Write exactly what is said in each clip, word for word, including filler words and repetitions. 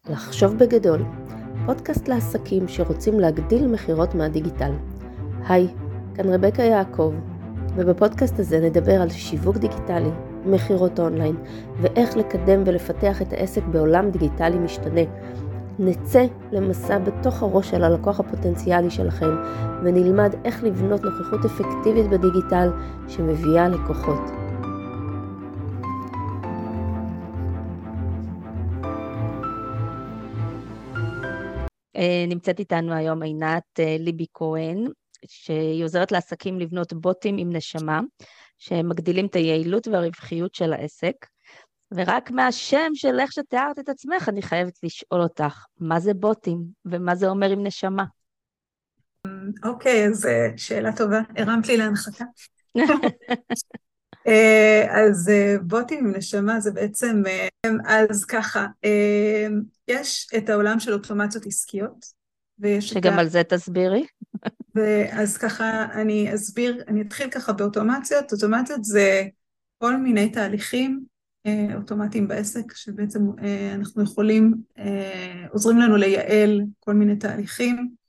לחשוב בגדול, פודקאסט לעסקים שרוצים להגדיל מחירות מהדיגיטל. היי, כאן רבקה יעקב, ובפודקאסט הזה נדבר על שיווק דיגיטלי, מחירות אונליין, ואיך לקדם ולפתח את העסק בעולם דיגיטלי משתנה. נצא למסע בתוך הראש של הלקוח הפוטנציאלי שלכם, ונלמד איך לבנות נוכחות אפקטיבית בדיגיטל שמביאה לקוחות. נמצאת איתנו היום עינת ליבי כהן, שהיא עוזרת לעסקים לבנות בוטים עם נשמה, שמגדילים את היעילות והרווחיות של העסק. ורק מהשם של איך שתיארת את עצמך, אני חייבת לשאול אותך, מה זה בוטים ומה זה אומר עם נשמה? אוקיי, אז שאלה טובה, הרמת לי להנחתה. אז בוטים עם נשמה זה בעצם, אז ככה, יש את העולם של אוטומציות עסקיות, שגם על זה תסבירי. אז ככה אני אסביר, אני אתחיל ככה באוטומציות. אוטומציות זה כל מיני תהליכים אוטומטיים בעסק, שבעצם אנחנו יכולים, עוזרים לנו לייעל כל מיני תהליכים,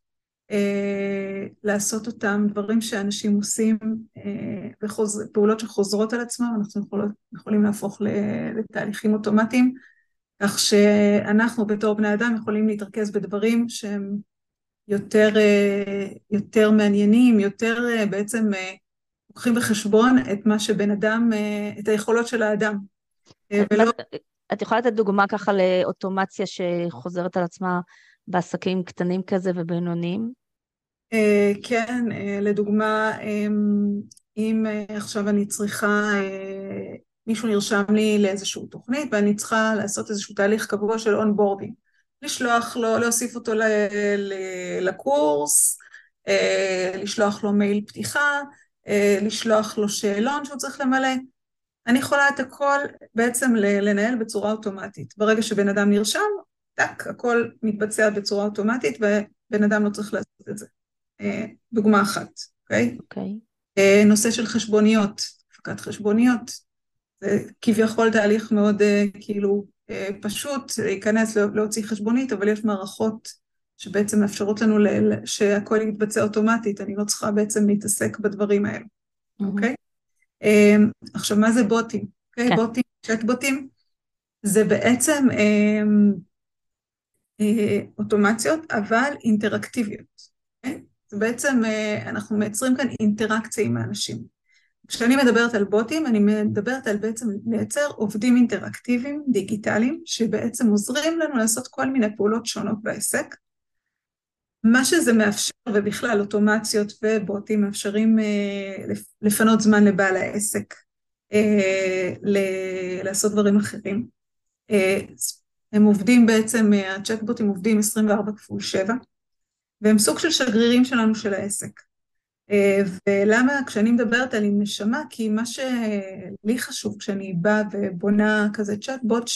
לעשות אותם דברים שאנשים עושים, פעולות שחוזרות על עצמם, אנחנו יכולים, יכולים להפוך לתהליכים אוטומטיים, כך שאנחנו בתור בני אדם יכולים להתרכז בדברים שהם יותר, יותר מעניינים, יותר בעצם לוקחים בחשבון את מה שבן אדם, את היכולות של האדם. ולא... את יכולה לתת דוגמה ככה לאוטומציה שחוזרת על עצמה בעסקים קטנים כזה ובינוניים? כן, לדוגמה, אם עכשיו אני צריכה, מישהו נרשם לי לאיזשהו תוכנית, ואני צריכה לעשות איזשהו תהליך קבוע של אונבורדינג, לשלוח לו, להוסיף אותו לקורס, לשלוח לו מייל פתיחה, לשלוח לו שאלון שהוא צריך למלא. אני יכולה את הכל בעצם לנהל בצורה אוטומטית. ברגע שבן אדם נרשם, טק, הכל מתבצע בצורה אוטומטית, ובן אדם לא צריך לעשות את זה. דוגמה אחת, אוקיי? אוקיי. נושא של חשבוניות, הפקת חשבוניות, זה כביכול תהליך מאוד כאילו פשוט, להיכנס להוציא חשבונית, אבל יש מערכות שבעצם מאפשרות לנו שהכל יתבצע אוטומטית, אני לא צריכה בעצם להתעסק בדברים האלו, אוקיי? עכשיו, מה זה בוטים? אוקיי, בוטים, צ'אט בוטים, זה בעצם אוטומציות, אבל אינטראקטיביות. זה בעצם, אנחנו מייצרים כאן אינטראקציה עם האנשים. כשאני מדברת על בוטים, אני מדברת על בעצם לייצר עובדים אינטראקטיביים, דיגיטליים, שבעצם עוזרים לנו לעשות כל מיני פעולות שונות בעסק. מה שזה מאפשר, ובכלל אוטומציות ובוטים מאפשרים לפנות זמן לבעל העסק, לעשות דברים אחרים. הם עובדים בעצם, הצ'טבוטים עובדים עשרים וארבע כפול שבע, והם סוג של שגרירים שלנו של העסק. ולמה כשאני מדברת על עם נשמה? כי מה שלי חשוב כשאני באה ובונה כזה צ'טבוט,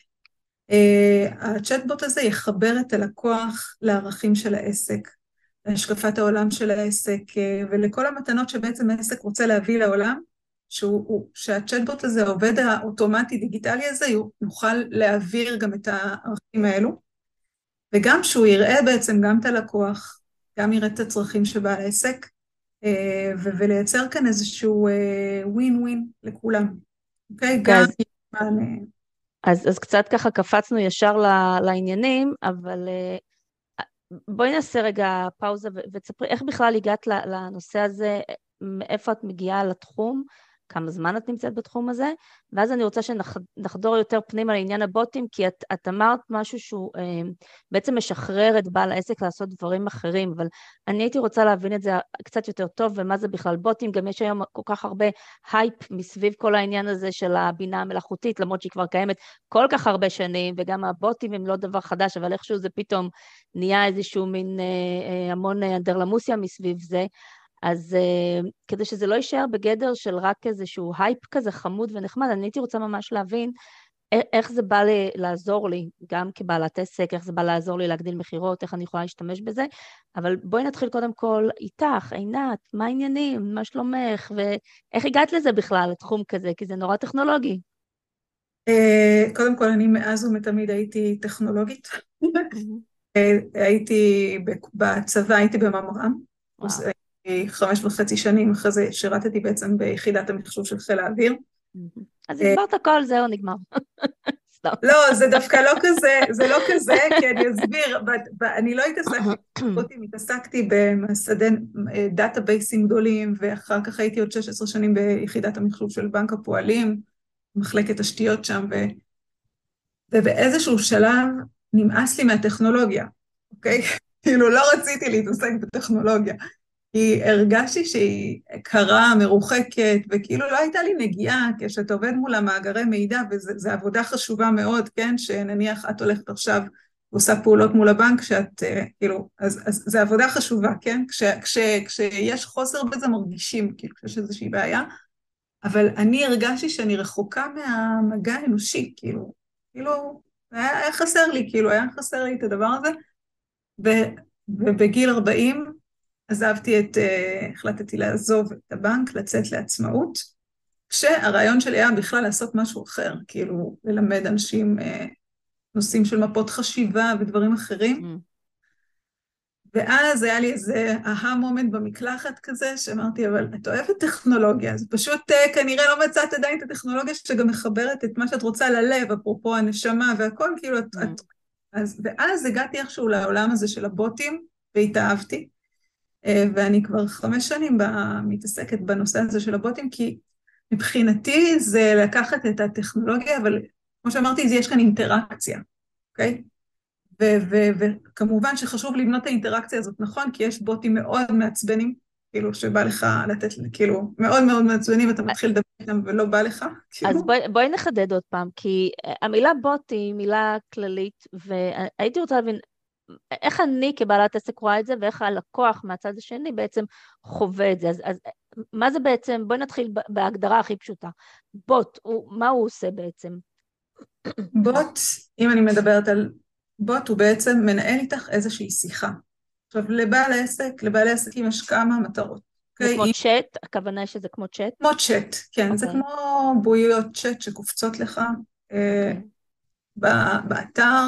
שהצ'טבוט הזה יחבר את הלקוח לערכים של העסק, להשקפת העולם של העסק, ולכל המתנות שבעצם העסק רוצה להביא לעולם, שהוא, שהצ'טבוט הזה, העובד האוטומטי דיגיטלי הזה, יוכל להעביר גם את הערכים האלו, וגם שהוא יראה בעצם גם את הלקוח, גם יראה את הצרכים שבעל העסק, ולייצר כאן איזשהו ווין ווין לכולם. אוקיי? גם... אז, אז קצת ככה קפצנו ישר לעניינים, אבל בואי נעשה רגע פאוזה ותספרי איך בכלל הגעת לנושא הזה, מאיפה את מגיעה לתחום, כמה זמן את נמצאת בתחום הזה, ואז אני רוצה שנחדור יותר פנימה לעניין הבוטים, כי את, את אמרת משהו שהוא אה, בעצם משחרר את בעל העסק לעשות דברים אחרים, אבל אני הייתי רוצה להבין את זה קצת יותר טוב, ומה זה בכלל בוטים, גם יש היום כל כך הרבה הייפ מסביב כל העניין הזה של הבינה המלאכותית, למרות שהיא כבר קיימת כל כך הרבה שנים, וגם הבוטים הם לא דבר חדש, אבל איכשהו זה פתאום נהיה איזשהו מין אה, אה, המון אנדרלמוסיה מסביב זה, אז uh, כדי שזה לא יישאר בגדר של רק איזשהו הייפ כזה חמוד ונחמד, אני הייתי רוצה ממש להבין איך זה בא לי, לעזור לי, גם כבעלת עסק, איך זה בא לעזור לי להגדיל מחירות, איך אני יכולה להשתמש בזה, אבל בואי נתחיל קודם כל איתך, עינת, מה העניינים, מה שלומך, ואיך הגעת לזה בכלל, לתחום כזה, כי זה נורא טכנולוגי. קודם כל, אני מאז ומתמיד הייתי טכנולוגית, הייתי בצבא, הייתי בממר"ם, וואו. הייתי חמש וחצי שנים, אחרי זה שירתתי בעצם ביחידת המחשוב של חיל האוויר. אז הסברת הכל, זהו, נגמר. סתם. לא, זה דווקא לא כזה, זה לא כזה, כי אני אסביר, ב- ב- אני לא התעסקתי, אותי, התעסקתי במסדי דאטאבייסים גדולים, ואחר כך הייתי עוד שש עשרה שנים ביחידת המחשוב של בנק הפועלים, מחלקת תשתיות שם, ו... ובאיזשהו שלב נמאס לי מהטכנולוגיה, אוקיי? כאילו לא רציתי להתעסק בטכנולוגיה, כי הרגשתי שהיא קרה, מרוחקת, וכאילו לא הייתה לי נגיעה, כשאתה עובד מול המאגרי מידע, וזו עבודה חשובה מאוד, כן? שנניח את הולכת עכשיו ועושה פעולות מול הבנק, שאת, כאילו, אז, אז זו עבודה חשובה, כן? כש, כש, כשיש חוסר בזה מרגישים, כאילו, כשיש איזושהי בעיה, אבל אני הרגשתי שאני רחוקה מהמגע האנושי, כאילו, כאילו, היה, היה חסר לי, כאילו, היה חסר לי את הדבר הזה, ו, ובגיל ארבעים, עזבתי את, uh, החלטתי לעזוב את הבנק, לצאת לעצמאות, כשהרעיון שלי היה בכלל לעשות משהו אחר, כאילו ללמד אנשים uh, נושאים של מפות חשיבה ודברים אחרים. Mm. ואז היה לי איזה אהה מומנט במקלחת כזה, שאמרתי, אבל את אוהבת טכנולוגיה, אז פשוט uh, כנראה לא מצאת עדיין את הטכנולוגיה שגם מחברת את מה שאת רוצה ללב, אפרופו הנשמה והכל, כאילו, mm. את, אז, ואז הגעתי איכשהו לעולם הזה של הבוטים, והתאהבתי. ואני כבר חמש שנים מתעסקת בנושא הזה של הבוטים, כי מבחינתי זה לקחת את הטכנולוגיה, אבל כמו שאמרתי, יש כאן אינטראקציה, אוקיי? וכמובן שחשוב לבנות את האינטראקציה הזאת, נכון? כי יש בוטים מאוד מעצבנים, כאילו שבא לך לתת, כאילו מאוד מאוד מעצבנים, אתה מתחיל לדבר איתם ולא בא לך. אז בואי, בואי נחדד עוד פעם, כי המילה בוט היא מילה כללית, והייתי רוצה להבין, איך אני כבעלת עסק רואה את זה, ואיך הלקוח מהצד השני בעצם חווה את זה. אז, אז מה זה בעצם, בואי נתחיל בהגדרה הכי פשוטה. בוט, הוא, מה הוא עושה בעצם? בוט, אם אני מדברת על בוט, הוא בעצם מנהל איתך איזושהי שיחה. עכשיו, לבעל העסק, לבעלי העסקים יש כמה מטרות. זה okay? כמו היא... צ'אט? הכוונה שזה כמו צ'אט? כמו צ'אט, כן. Okay. זה כמו בועיות צ'אט שקופצות לך okay. uh, באתר,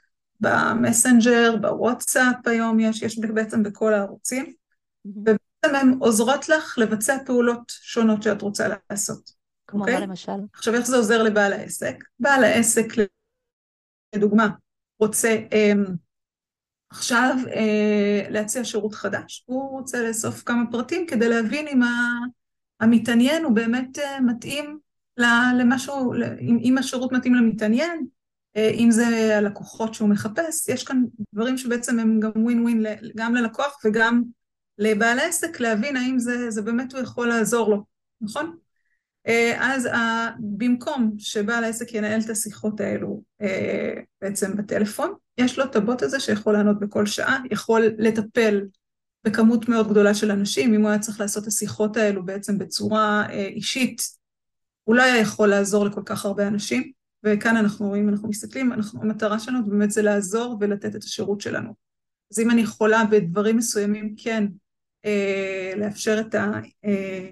במסנג'ר, בוואטסאפ היום יש, יש בעצם בכל הערוצים, mm-hmm. ובעצם הן עוזרות לך לבצע פעולות שונות שאת רוצה לעשות. כמו okay? מה למשל? עכשיו, איך זה עוזר לבעל העסק? בעל העסק, לדוגמה, רוצה um, עכשיו uh, להציע שירות חדש, הוא רוצה לאסוף כמה פרטים כדי להבין אם המתעניין הוא באמת uh, מתאים למשהו, אם, אם השירות מתאים למתעניין, אם זה הלקוחות שהוא מחפש, יש כאן דברים שבעצם הם גם ווין ווין גם ללקוח וגם לבעל העסק, להבין האם זה, זה באמת הוא יכול לעזור לו, נכון? אז במקום שבעל העסק ינהל את השיחות האלו בעצם בטלפון, יש לו את הבוט הזה שיכול לענות בכל שעה, יכול לטפל בכמות מאוד גדולה של אנשים, אם הוא היה צריך לעשות את השיחות האלו בעצם בצורה אישית, הוא לא היה יכול לעזור לכל כך הרבה אנשים, וכאן אנחנו רואים, אנחנו מסתכלים, אנחנו, המטרה שלנו באמת זה לעזור ולתת את השירות שלנו. אז אם אני יכולה בדברים מסוימים, כן, אה, לאפשר את, ה, אה,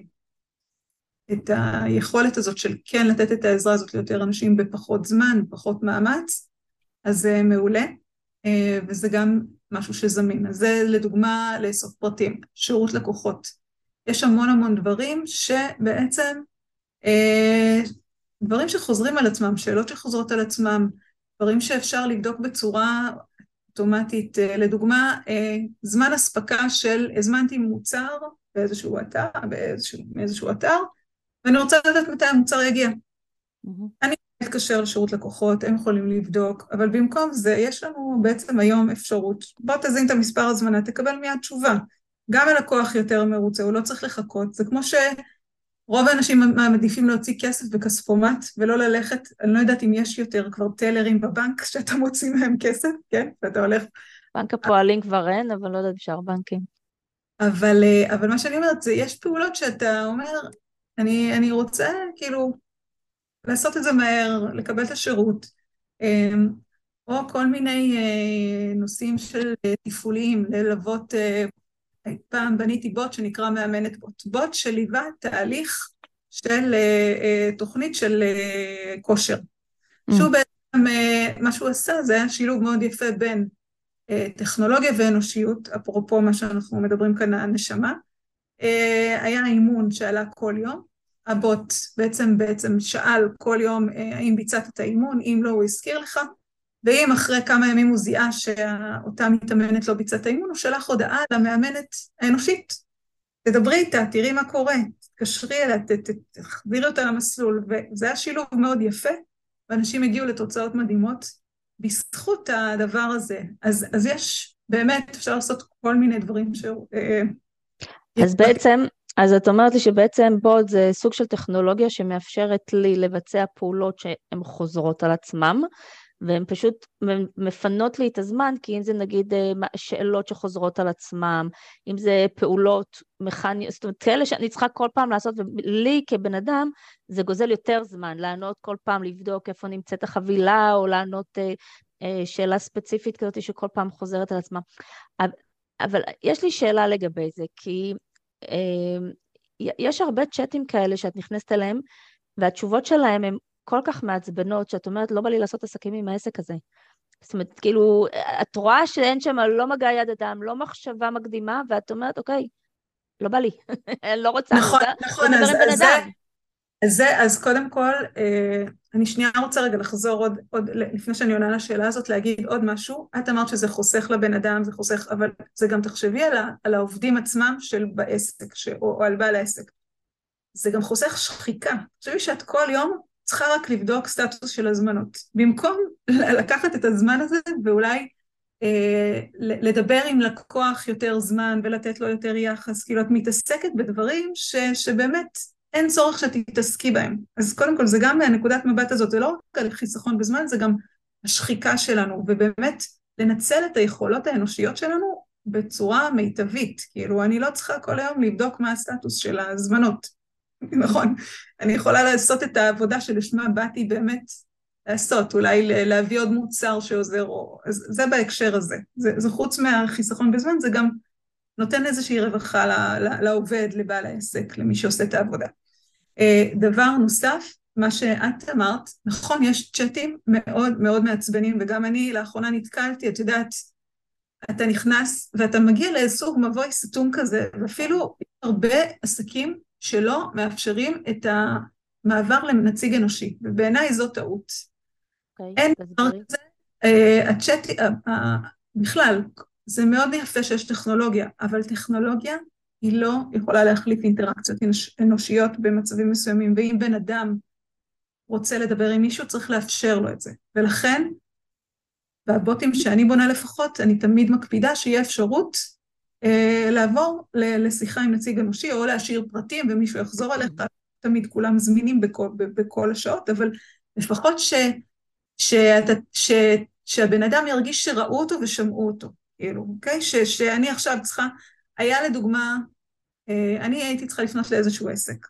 את היכולת הזאת של כן לתת את העזרה הזאת ליותר אנשים בפחות זמן, בפחות מאמץ, אז זה מעולה, אה, וזה גם משהו שזמין. אז זה לדוגמה לאסוף פרטים, שירות לקוחות. יש המון המון דברים שבעצם, אה, דברים שחוזרים על עצמם, שאלות שחוזרות על עצמם, דברים שאפשר לבדוק בצורה אוטומטית, לדוגמה, זמן הספקה של הזמנתי מוצר באיזשהו אתר, באיזשהו, באיזשהו אתר, ואני רוצה לדעת מתי המוצר יגיע. Mm-hmm. אני מתקשר לשירות לקוחות, הם יכולים לבדוק, אבל במקום זה יש לנו בעצם היום אפשרות, בוא תזין את המספר הזמנה, תקבל מיד תשובה. גם הלקוח יותר מרוצה, הוא לא צריך לחכות, זה כמו ש... רוב האנשים מעדיפים להוציא כסף בכספומט, ולא ללכת, אני לא יודעת אם יש יותר כבר טלרים בבנק, שאתה מוציא מהם כסף, כן? ואתה הולך... בנק הפועלים כבר אין, אבל לא יודעת בשאר בנקים. אבל, אבל מה שאני אומרת, זה יש פעולות שאתה אומר, אני, אני רוצה כאילו לעשות את זה מהר, לקבל את השירות, או כל מיני נושאים של טיפוליים, ללוות... פעם בניתי בוט שנקרא מאמנת בוט. בוט שליווה תהליך של uh, תוכנית של uh, כושר. Mm. שהוא בעצם מה שהוא עשה זה היה שילוב מאוד יפה בין טכנולוגיה ואנושיות, אפרופו מה שאנחנו מדברים כאן, הנשמה. היה אימון שעלה כל יום, הבוט בעצם, בעצם שאל כל יום האם ביצעת את האימון, אם לא הוא הזכיר לך, ואם אחרי כמה ימים הוא זיהה שאותה מתאמנת לא ביצעת האימון, הוא שלח הודעה למאמנת האנושית, תדברי איתה, תראי מה קורה, תתקשרי אליה, תחזירי אותה למסלול, וזה היה שילוב מאוד יפה, ואנשים הגיעו לתוצאות מדהימות, בזכות הדבר הזה. אז, אז יש, באמת, אפשר לעשות כל מיני דברים ש... אז בעצם, אז את אומרת לי שבעצם בוט זה סוג של טכנולוגיה שמאפשרת לי לבצע פעולות שהן חוזרות על עצמם, והן פשוט מפנות לי את הזמן, כי אם זה נגיד שאלות שחוזרות על עצמם, אם זה פעולות מכניות, זאת אומרת, כאלה שאני צריכה כל פעם לעשות, ולי כבן אדם, זה גוזל יותר זמן, לענות כל פעם, לבדוק איפה נמצאת החבילה, או לענות שאלה ספציפית כזאת שכל פעם חוזרת על עצמה. אבל יש לי שאלה לגבי זה, כי יש הרבה צ'אטים כאלה שאת נכנסת אליהם, והתשובות שלהם הן כל כך מעצבנות, שאת אומרת, לא בא לי לעשות עסקים עם העסק הזה. זאת אומרת, כאילו, את רואה שאין שם לא מגע יד אדם, לא מחשבה מקדימה, ואת אומרת, אוקיי, לא בא לי, לא רוצה, נכון, אני רוצה נכון, לדבר אז, עם בן אז אדם. זה, אז, זה, אז קודם כל, אה, אני שנייה רוצה רגע לחזור עוד, עוד, לפני שאני עונה לשאלה הזאת, להגיד עוד משהו. את אמרת שזה חוסך לבן אדם, זה חוסך, אבל זה גם תחשבי על, ה, על העובדים עצמם של בעסק, ש, או, או על בעל העסק. זה גם חוסך שחיקה. תחשבי שאת כל יום צריכה רק לבדוק סטטוס של הזמנות. במקום לקחת את הזמן הזה ואולי אה, לדבר עם לקוח יותר זמן ולתת לו יותר יחס, כאילו את מתעסקת בדברים ש, שבאמת אין צורך שתתעסקי בהם. אז קודם כל זה גם מהנקודת מבט הזאת, זה לא רק על חיסכון בזמן, זה גם השחיקה שלנו, ובאמת לנצל את היכולות האנושיות שלנו בצורה מיטבית. כאילו אני לא צריכה כל היום לבדוק מה הסטטוס של הזמנות. נכון, אני יכולה לעשות את העבודה שלשמה באתי באמת לעשות, אולי להביא עוד מוצר שעוזר, או... אז זה בהקשר הזה. זה, זה חוץ מהחיסכון בזמן, זה גם נותן איזושהי רווחה לעובד, לבעל העסק, למי שעושה את העבודה. דבר נוסף, מה שאת אמרת, נכון, יש צ'אטים מאוד מאוד מעצבנים, וגם אני לאחרונה נתקלתי, את יודעת, אתה נכנס ואתה מגיע לאיזשהו מבוי סתום כזה, ואפילו הרבה עסקים שלא מאפשרים את המעבר לנציג אנושי, ובעיניי זו טעות. Okay, אין דבר כזה, הצ'אט, בכלל, זה מאוד יפה שיש טכנולוגיה, אבל טכנולוגיה היא לא יכולה להחליף אינטראקציות אנושיות במצבים מסוימים, ואם בן אדם רוצה לדבר עם מישהו, צריך לאפשר לו את זה. ולכן, בבוטים שאני בונה לפחות, אני תמיד מקפידה שיהיה אפשרות אה, לעבור לשיחה עם נציג אנושי, או להשאיר פרטים ומישהו יחזור עליך, תמיד כולם זמינים בכל, בכל השעות, אבל לפחות ש, שאתה, ש, שהבן אדם ירגיש שראו אותו ושמעו אותו, כאילו, אוקיי? ש, שאני עכשיו צריכה, היה לדוגמה, אה, אני הייתי צריכה לפנות לאיזשהו עסק.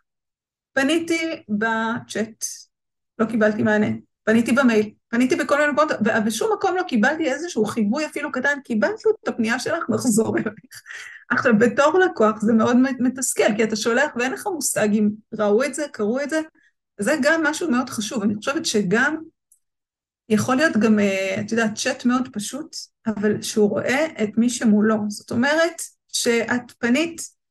פניתי בצ'אט, לא קיבלתי מענה. פניתי במייל, פניתי בכל מיני מקומות, ובשום מקום לא קיבלתי איזשהו חיווי אפילו קטן, קיבלתי את הפנייה שלך, נחזור אלייך. עכשיו, בתור לקוח זה מאוד מתסכל, כי אתה שולח ואין לך מושג אם ראו את זה, קראו את זה, זה גם משהו מאוד חשוב. אני חושבת שגם יכול להיות גם, את יודעת, צ'אט מאוד פשוט, אבל שהוא רואה את מי שמולו. זאת אומרת שאת פנית,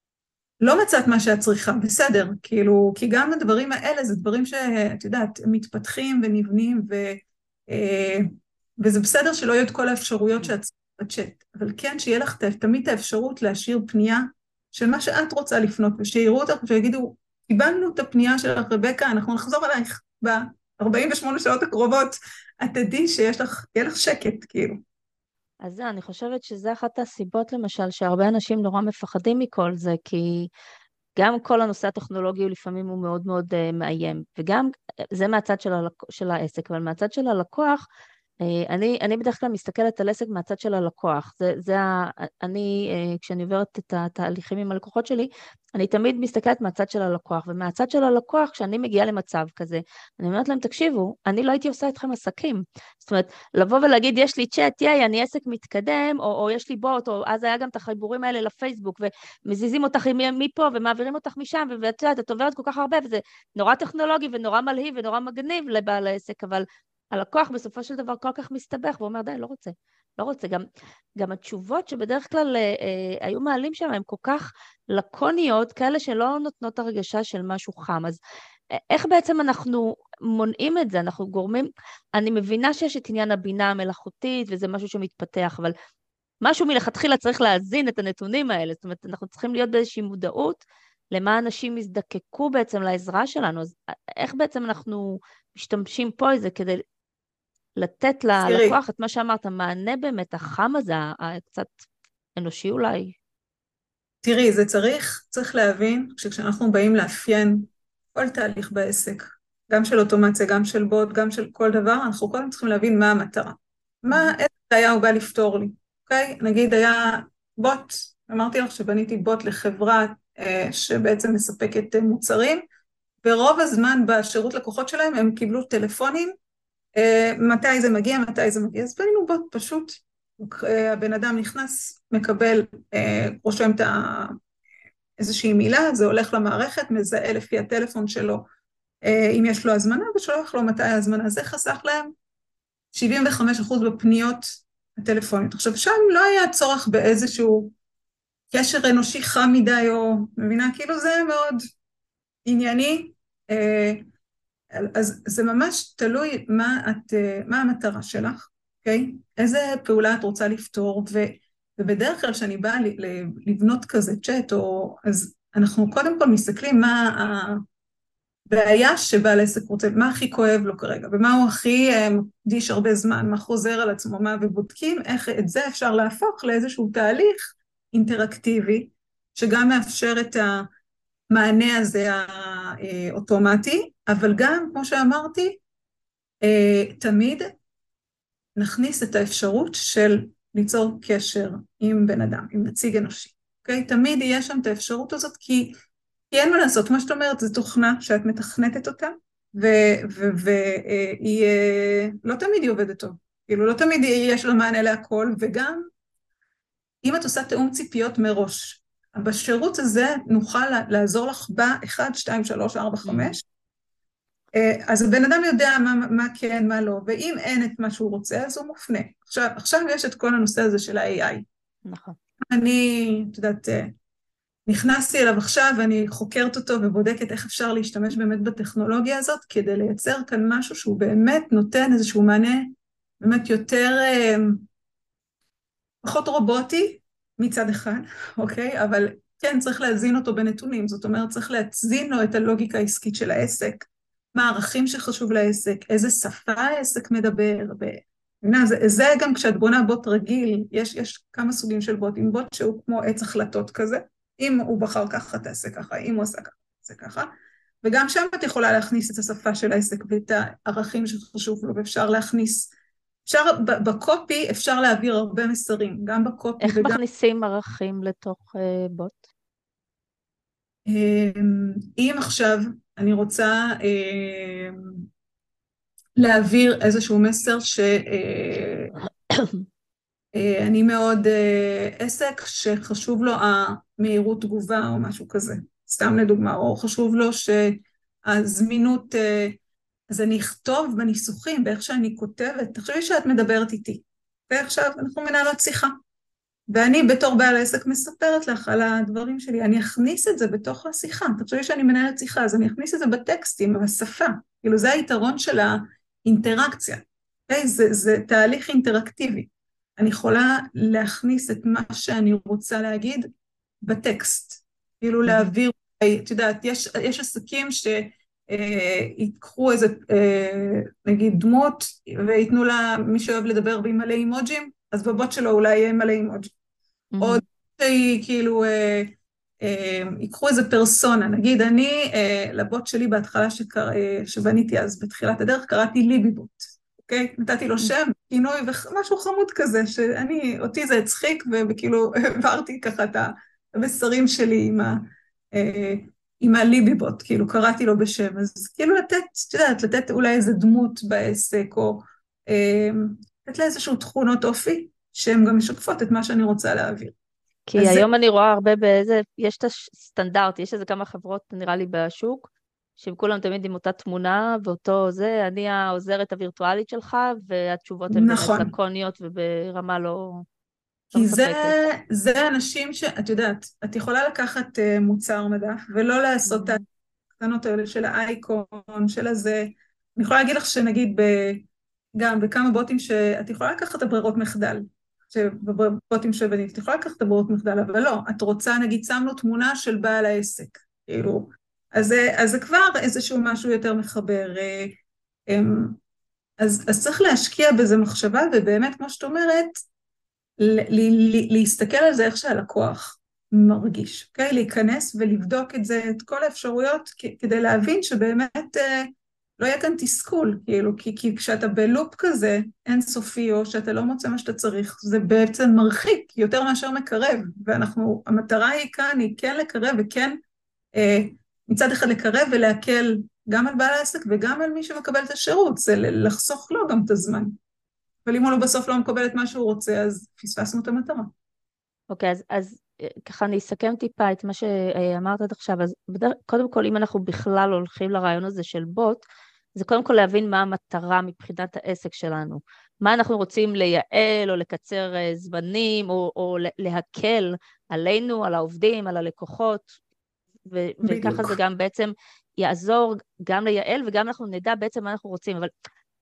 לא מצאת מה שאת צריכה, בסדר, כאילו, כי גם הדברים האלה זה דברים שאת יודעת, מתפתחים ונבנים, ו, אה, וזה בסדר שלא יהיו את כל האפשרויות שאת צריכה בצ'אט, אבל כן שיהיה לך תמיד האפשרות להשאיר פנייה של מה שאת רוצה לפנות, ושיראו אותך ושיגידו, קיבלנו את הפנייה שלך רבקה, אנחנו נחזור אלייך ב-ארבעים ושמונה שעות הקרובות, את תדעי שיש לך, יהיה לך שקט, כאילו. אז זה, אני חושבת שזה אחת הסיבות למשל, שהרבה אנשים נורא מפחדים מכל זה, כי גם כל הנושא הטכנולוגי הוא לפעמים הוא מאוד מאוד uh, מאיים, וגם זה מהצד של, הלק... של העסק, אבל מהצד של הלקוח, uh, אני, אני בדרך כלל מסתכלת על עסק מהצד של הלקוח, זה, זה ה... אני, uh, כשאני עוברת את התהליכים עם הלקוחות שלי, אני תמיד מסתכלת מהצד של הלקוח, ומהצד של הלקוח, כשאני מגיעה למצב כזה, אני אומרת להם, תקשיבו, אני לא הייתי עושה אתכם עסקים. זאת אומרת, לבוא ולהגיד, יש לי צ'אט, יאי, אני עסק מתקדם, או, או יש לי בוט, או אז היה גם את החיבורים האלה לפייסבוק, ומזיזים אותך מפה, ומעבירים אותך משם, ואת יודעת, את עוברת כל כך הרבה, וזה נורא טכנולוגי, ונורא מלהיב, ונורא מגניב לבעל העסק, אבל הלקוח בסופו של דבר כל כך מסתבך, ואומר, די, לא רוצה, לא רוצה. גם, גם התשובות שבדרך כלל אה, אה, היו מעלים שם, הן כל כך לקוניות, כאלה שלא נותנות הרגשה של משהו חם. אז אה, איך בעצם אנחנו מונעים את זה? אנחנו גורמים, אני מבינה שיש את עניין הבינה המלאכותית, וזה משהו שמתפתח, אבל משהו מלכתחילה צריך להזין את הנתונים האלה, זאת אומרת, אנחנו צריכים להיות באיזושהי מודעות, למה אנשים יזדקקו בעצם לעזרה שלנו, אז איך בעצם אנחנו משתמשים פה איזה כדי לתת ללקוח את מה שאמרת, מענה באמת החם הזה, הקצת אנושי אולי? תראי, זה צריך, צריך להבין, שכשאנחנו באים לאפיין כל תהליך בעסק, גם של אוטומציה, גם של בוט, גם של כל דבר, אנחנו קודם צריכים להבין מה המטרה. מה, איזה היה הוא בא לפתור לי, אוקיי? נגיד היה בוט, אמרתי לך שבניתי בוט לחברה אה, שבעצם מספקת אה, מוצרים, ורוב הזמן בשירות לקוחות שלהם הם קיבלו טלפונים, אה, מתי זה מגיע, מתי זה מגיע, אז בנינו בוט פשוט, אה, הבן אדם נכנס, מקבל, אה, רושם את ה... איזושהי מילה, זה הולך למערכת, מזהה לפי הטלפון שלו, אה, אם יש לו הזמנה, ושולח לו מתי ההזמנה, זה חסך להם שבעים וחמישה אחוז בפניות הטלפוניות. עכשיו, שם לא היה צורך באיזשהו קשר אנושי חם מדי, או מבינה, כאילו זה מאוד ענייני, אז זה ממש תלוי מה, את, מה המטרה שלך, אוקיי? איזה פעולה את רוצה לפתור, ו, ובדרך כלל כשאני באה לבנות כזה צ'אט, או, אז אנחנו קודם כל מסתכלים מה הבעיה שבעל עסק רוצה, מה הכי כואב לו כרגע, ומה הוא הכי מקדיש הרבה זמן, מה חוזר על עצמו, מה, ובודקים איך את זה אפשר להפוך לאיזשהו תהליך אינטראקטיבי, שגם מאפשר את המענה הזה האוטומטי, אבל גם, כמו שאמרתי, תמיד נכניס את האפשרות של ליצור קשר עם בן אדם, עם נציג אנושי, אוקיי? תמיד יהיה שם את האפשרות הזאת, כי, כי אין מה לעשות, מה שאת אומרת, זו תוכנה שאת מתכנתת אותה, והיא לא תמיד היא עובדת טוב, כאילו לא תמיד יש לה מענה להכל, וגם אם את עושה תאום ציפיות מראש, בשירות הזה נוכל לעזור לך ב-אחת, שתיים, שלוש, ארבע, חמש, אז הבן אדם יודע מה, מה כן, מה לא, ואם אין את מה שהוא רוצה, אז הוא מופנה. עכשיו, עכשיו יש את כל הנושא הזה של ה-איי איי. נכון. אני, את יודעת, נכנסתי אליו עכשיו, ואני חוקרת אותו ובודקת איך אפשר להשתמש באמת בטכנולוגיה הזאת, כדי לייצר כאן משהו שהוא באמת נותן איזשהו מענה, באמת יותר, פחות רובוטי מצד אחד, אוקיי? אבל כן, צריך להזין אותו בנתונים, זאת אומרת, צריך להזין לו את הלוגיקה העסקית של העסק, מה הערכים שחשוב לעסק, איזה שפה העסק מדבר, ו... זה, זה גם כשאת בונה בוט רגיל, יש, יש כמה סוגים של בוט, עם בוט שהוא כמו עץ החלטות כזה, אם הוא בחר ככה תעשה ככה, אם הוא עשה ככה תעשה ככה, וגם שם את יכולה להכניס את השפה של העסק ואת הערכים שחשוב לו, ואפשר להכניס, אפשר, בקופי אפשר להעביר הרבה מסרים, גם בקופי איך וגם... איך מכניסים ערכים לתוך uh, בוט? אם עכשיו אני רוצה אה, להעביר איזשהו מסר שאני אה, מאוד אה, עסק שחשוב לו המהירות תגובה או משהו כזה, סתם לדוגמה, או חשוב לו שהזמינות, אה, אז אני אכתוב בניסוחים, באיך שאני כותבת, תחשבי שאת מדברת איתי, ועכשיו אנחנו מנהלות שיחה, ואני בתור בעל העסק מספרת לך על הדברים שלי, אני אכניס את זה בתוך השיחה, תחשבי שאני מנהלת שיחה, אז אני אכניס את זה בטקסטים, בשפה, כאילו זה היתרון של האינטראקציה, okay? זה, זה תהליך אינטראקטיבי, אני יכולה להכניס את מה שאני רוצה להגיד בטקסט, כאילו להעביר, את יודעת, יש, יש עסקים שיקחו איזה, נגיד דמות, ויתנו לה, מי שאוהב לדבר בי מלא אימוג'ים, אז בבוט שלו אולי יהיה מלא אימוג'י. עוד שהיא כאילו, ייקחו איזה פרסונה, נגיד אני, לבוט שלי בהתחלה שבניתי אז בתחילת הדרך, קראתי ליבי בוט, אוקיי? נתתי לו שם, כינוי ומשהו חמוד כזה, שאני, אותי זה הצחיק, וכאילו העברתי ככה את המסרים שלי עם ה... עם הליבי בוט, כאילו קראתי לו בשם, אז כאילו לתת, את יודעת, לתת אולי איזה דמות בעסק, או לתת לה איזשהו תכונות אופי, שהן גם משקפות את מה שאני רוצה להעביר. כי היום זה... אני רואה הרבה באיזה, יש את הסטנדרט, יש איזה כמה חברות נראה לי בשוק, שהם כולם תמיד עם אותה תמונה, ואותו זה, אני העוזרת הווירטואלית שלך, והתשובות הן באמת נכון. לקוניות וברמה לא, לא כי זה, מספקת. זה אנשים שאת יודעת, את יכולה לקחת uh, מוצר מדף, ולא לעשות את הקטנות האלה של האייקון, של הזה. אני יכולה להגיד לך שנגיד ב, גם בכמה בוטים שאת יכולה לקחת את הברירות מחדל, שבבוטים שבנית, את יכולה לקחת את הברירות מחדל, אבל לא, את רוצה, נגיד, שמנו תמונה של בעל העסק, כאילו, אז, זה- אז זה כבר איזשהו משהו יותר מחבר. אה, אמ, אז, אז צריך להשקיע בזה מחשבה, ובאמת, כמו שאת אומרת, ל- ל- ל- להסתכל על זה איך שהלקוח מרגיש, אוקיי? להיכנס ולבדוק את זה, את כל האפשרויות, כ- כדי להבין שבאמת אה, לא יהיה כאן תסכול, כאילו, כי, כי כשאתה בלופ כזה אינסופי, או שאתה לא מוצא מה שאתה צריך, זה בעצם מרחיק יותר מאשר מקרב, ואנחנו, המטרה היא כאן, היא כן לקרב, וכן אה, מצד אחד לקרב ולהקל גם על בעל העסק, וגם על מי שמקבל את השירות, זה ל- לחסוך לו גם את הזמן. אבל אם הוא לא בסוף לא מקבל את מה שהוא רוצה, אז פספסנו את המטרה. אוקיי, אז, אז אה, ככה אני אסכם טיפה את מה שאמרת עד עכשיו. אז בדרך, קודם כל, אם אנחנו בכלל הולכים לרעיון הזה של בוט, זה קודם כל להבין מה המטרה מבחינת העסק שלנו. מה אנחנו רוצים לייעל או לקצר אה, זמנים, או, או להקל עלינו, על העובדים, על הלקוחות, ו- וככה בדיוק. זה גם בעצם יעזור גם לייעל, וגם אנחנו נדע בעצם מה אנחנו רוצים. אבל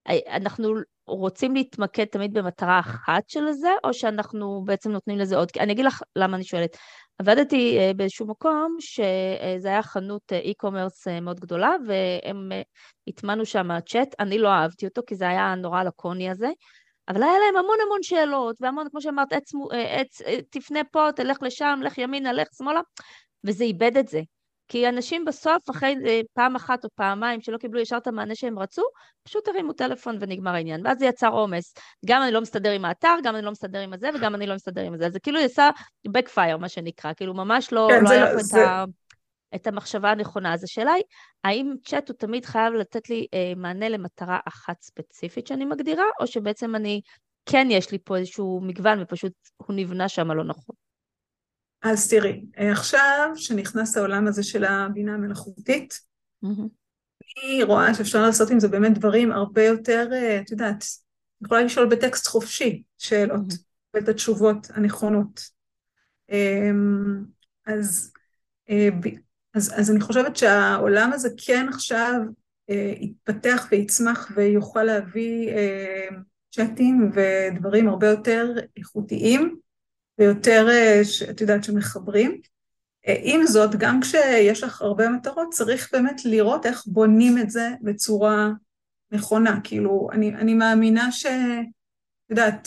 אנחנו רוצים להתמקד תמיד במטרה אחת של זה, או שאנחנו בעצם נותנים לזה עוד? אני אגיד לך למה אני שואלת. עבדתי באיזשהו מקום שזה היה חנות אי-קומרס מאוד גדולה, והם התמנו שם צ'אט, אני לא אהבתי אותו, כי זה היה נורא לקוני הזה, אבל היה להם המון המון שאלות, והמון, כמו שאמרת, עץ, עץ, תפנה פה, תלך לשם, לך ימינה, לך שמאלה, וזה איבד את זה. כי אנשים בסוף, אחרי פעם אחת או פעמיים שלא קיבלו ישר את המענה שהם רצו, פשוט הרימו טלפון ונגמר העניין. ואז זה יצר עומס. גם אני לא מסתדר עם האתר, גם אני לא מסתדר עם הזה, וגם אני לא מסתדר עם זה. אז זה כאילו יצא backfire, מה שנקרא. כאילו ממש לא, כן, לא זה היה לא, פה זה... את, ה, את המחשבה הנכונה. אז השאלה היא, האם צ'אט הוא תמיד חייב לתת לי אה, מענה למטרה אחת ספציפית שאני מגדירה, או שבעצם אני, כן יש לי פה איזשהו מגוון, ופשוט הוא נבנה שם לא נכון. אז תראי, עכשיו שנכנס העולם הזה של הבינה המלאכותית, Mm-hmm. אני רואה שאפשר לעשות עם זה באמת דברים הרבה יותר, את יודעת, אני יכולה לשאול בטקסט חופשי שאלות, Mm-hmm. ואת התשובות הנכונות. אמ, אז, אה, ב- אז, אז אני חושבת שהעולם הזה כן עכשיו אה, יתפתח ויצמח ויוכל להביא אה, צ'אטים ודברים הרבה יותר איכותיים, ויותר, אה, את יודעת, שמחברים. עם זאת, גם כשיש לך הרבה מטרות, צריך באמת לראות איך בונים את זה בצורה נכונה. כאילו, אני, אני מאמינה ש... יודעת,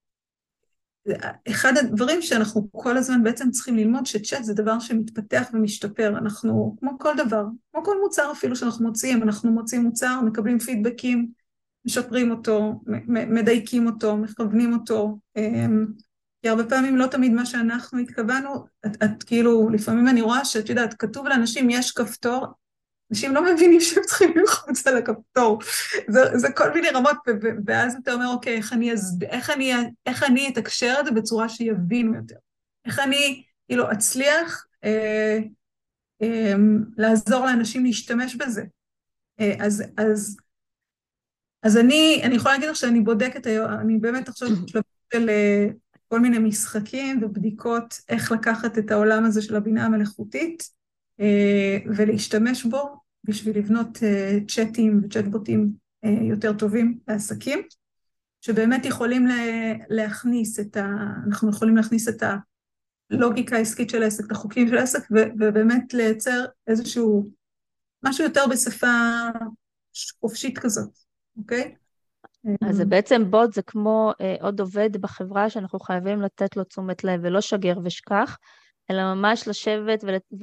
אחד הדברים שאנחנו כל הזמן בעצם צריכים ללמוד, שצ'אט זה דבר שמתפתח ומשתפר. אנחנו, כמו כל דבר, כמו כל מוצר אפילו שאנחנו מוציאים, אנחנו מוציאים מוצר, מקבלים פידבקים, משפרים אותו, מדייקים אותו, מכוונים אותו, כי הרבה פעמים לא תמיד מה שאנחנו התכוונו, את, את כאילו, לפעמים אני רואה שאת יודעת, כתוב לאנשים יש כפתור, אנשים לא מבינים שהם צריכים ללחוץ על הכפתור, זה, זה כל מיני רמות, ואז אתה אומר, אוקיי, איך אני, איך אני, איך אני אתקשר את זה בצורה שיבינו יותר, איך אני, כאילו, אצליח אה, אה, לעזור לאנשים להשתמש בזה. אה, אז, אז, אז אני, אני יכולה להגיד לך שאני בודקת היום, אני באמת עכשיו בשלבים של כל מיני משחקים ובדיקות איך לקחת את העולם הזה של הבינה המלאכותית ולהשתמש בו בשביל לבנות צ'אטים וצ'אטבוטים יותר טובים לעסקים, שבאמת יכולים להכניס את ה... אנחנו יכולים להכניס את הלוגיקה העסקית של העסק, את החוקים של העסק, ובאמת לייצר איזשהו משהו יותר בשפה חופשית כזאת, אוקיי? אז זה בעצם בוט, זה כמו אה, עוד עובד בחברה שאנחנו חייבים לתת לו תשומת לב, ולא שגר ושכח, אלא ממש לשבת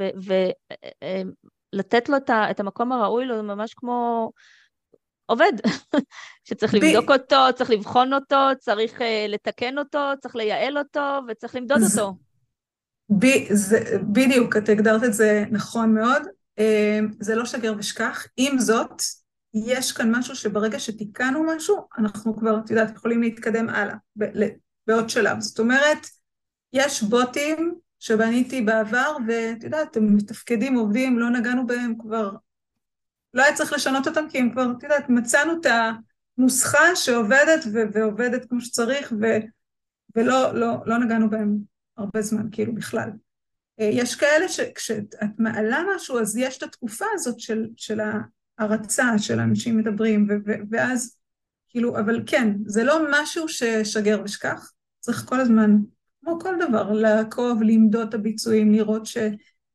ולתת לו את, ה, את המקום הראוי לו, ממש כמו עובד, שצריך לבדוק ב... אותו, צריך לבחון אותו, צריך אה, לתקן אותו, צריך לייעל אותו, וצריך למדוד זה, אותו. ב, זה, בדיוק, את הגדרת את זה נכון מאוד, זה לא שגר ושכח, עם זאת, יש כאן משהו שברגע שתיקנו משהו, אנחנו כבר, את יודעת, יכולים להתקדם הלאה, בעוד שלב. זאת אומרת, יש בוטים שבניתי בעבר, ואת יודעת, הם מתפקדים, עובדים, לא נגענו בהם כבר לא היה צריך לשנות אותם, כי הם כבר, את יודעת, מצאנו את הנוסחה שעובדת ו- ועובדת כמו שצריך, ו- ולא לא, לא נגענו בהם הרבה זמן, כאילו בכלל. יש כאלה שכשאת מעלה משהו, אז יש את התקופה הזאת של, של ההרצה, של אנשים מדברים, ו- ו- ואז, כאילו, אבל כן, זה לא משהו ששגר ושכח, צריך כל הזמן, כמו כל דבר, לעקוב, למדוד את הביצועים, לראות ש...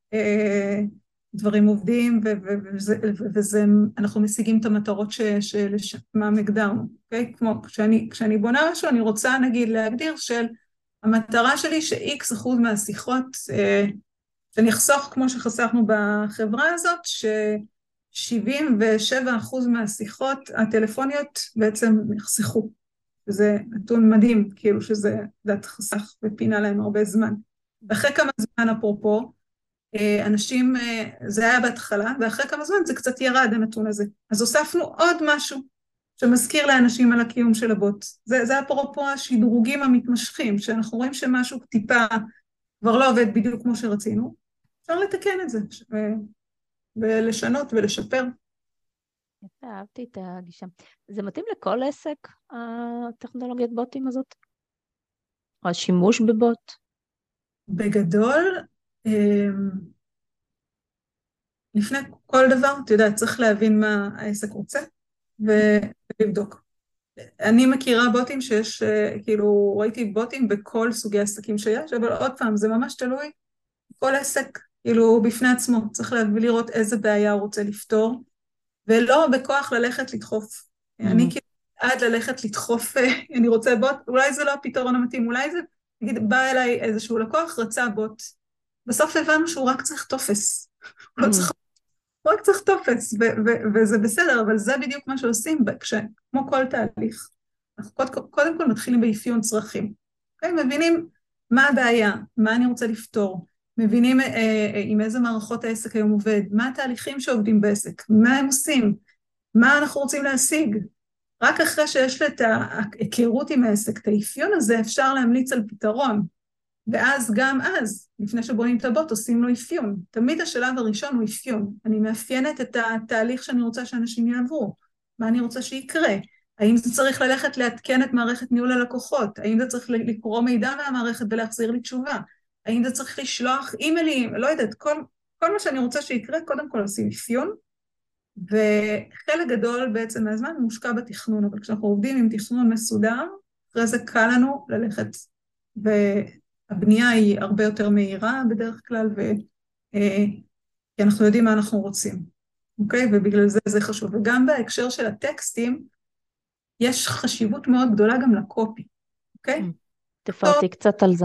דברים עובדים, ו- ו- וזה, וזה, אנחנו משיגים את המטרות שלשמם הגדרנו, אוקיי? כמו כשאני, כשאני בונה משהו, אני רוצה נגיד להגדיר של המטרה שלי ש-X אחוז מהשיחות, שאני אחסוך כמו שחסכנו בחברה הזאת, ש-שבעים ושבעה אחוז מהשיחות הטלפוניות בעצם יחסכו. וזה נתון מדהים, כאילו שזה דעת חסך ופינה להם הרבה זמן. ואחרי כמה זמן אפרופו, אנשים, זה היה בהתחלה, ואחרי כמה זמן זה קצת ירד הנתון הזה. אז הוספנו עוד משהו שמזכיר לאנשים על הקיום של הבוט. זה, זה אפרופו השדרוגים המתמשכים, שאנחנו רואים שמשהו טיפה כבר לא עובד בדיוק כמו שרצינו, אפשר לתקן את זה, ו, ולשנות ולשפר. יפה, אהבתי את הגישה. זה מתאים לכל עסק, הטכנולוגיית בוטים הזאת? או השימוש בבוט? בגדול, לפני כל דבר, אתה יודע, צריך להבין מה העסק רוצה, ולבדוק. אני מכירה בוטים שיש, כאילו, ראיתי בוטים בכל סוגי עסקים שיש, אבל עוד פעם, זה ממש תלוי, כל עסק, כאילו, בפני עצמו, צריך לראות איזה בעיה הוא רוצה לפתור, ולא בכוח ללכת לדחוף. אני כאילו, עד ללכת לדחוף, אני רוצה בוט, אולי זה לא הפתרון המתאים, אולי זה, נגיד, בא אליי איזשהו לקוח, רצה בוט, בסוף הבנו שהוא רק צריך טופס, הוא לא צריך... הוא רק צריך טופס, ו- ו- וזה בסדר, אבל זה בדיוק מה שעושים, כש- כמו כל תהליך. אנחנו קודם, קודם כל מתחילים באפיון צרכים. Okay? מבינים מה הבעיה, מה אני רוצה לפתור, מבינים אה, אה, עם איזה מערכות העסק היום עובד, מה התהליכים שעובדים בעסק, מה הם עושים, מה אנחנו רוצים להשיג. רק אחרי שיש את ההיכרות עם העסק, את האפיון הזה, אפשר להמליץ על פתרון. ואז גם אז, לפני שבונים את הבוט, עושים לו אפיון. תמיד השלב הראשון הוא אפיון. אני מאפיינת את התהליך שאני רוצה שאנשים יעברו. מה אני רוצה שיקרה? האם זה צריך ללכת לעדכן את מערכת ניהול הלקוחות? האם זה צריך לקרוא מידע מהמערכת ולהחזיר לי תשובה? האם זה צריך לשלוח אימיילים? לא יודעת, כל, כל מה שאני רוצה שיקרה, קודם כל עושים אפיון, וחלק גדול בעצם מהזמן מושקע בתכנון, אבל כשאנחנו עובדים עם תכנון מסודר, אחרי זה קל לנו ללכת ו... הבנייה היא הרבה יותר מהירה בדרך כלל, ו... כי אנחנו יודעים מה אנחנו רוצים, אוקיי? ובגלל זה זה חשוב. וגם בהקשר של הטקסטים, יש חשיבות מאוד גדולה גם לקופי, אוקיי? תפרטי קצת על זה.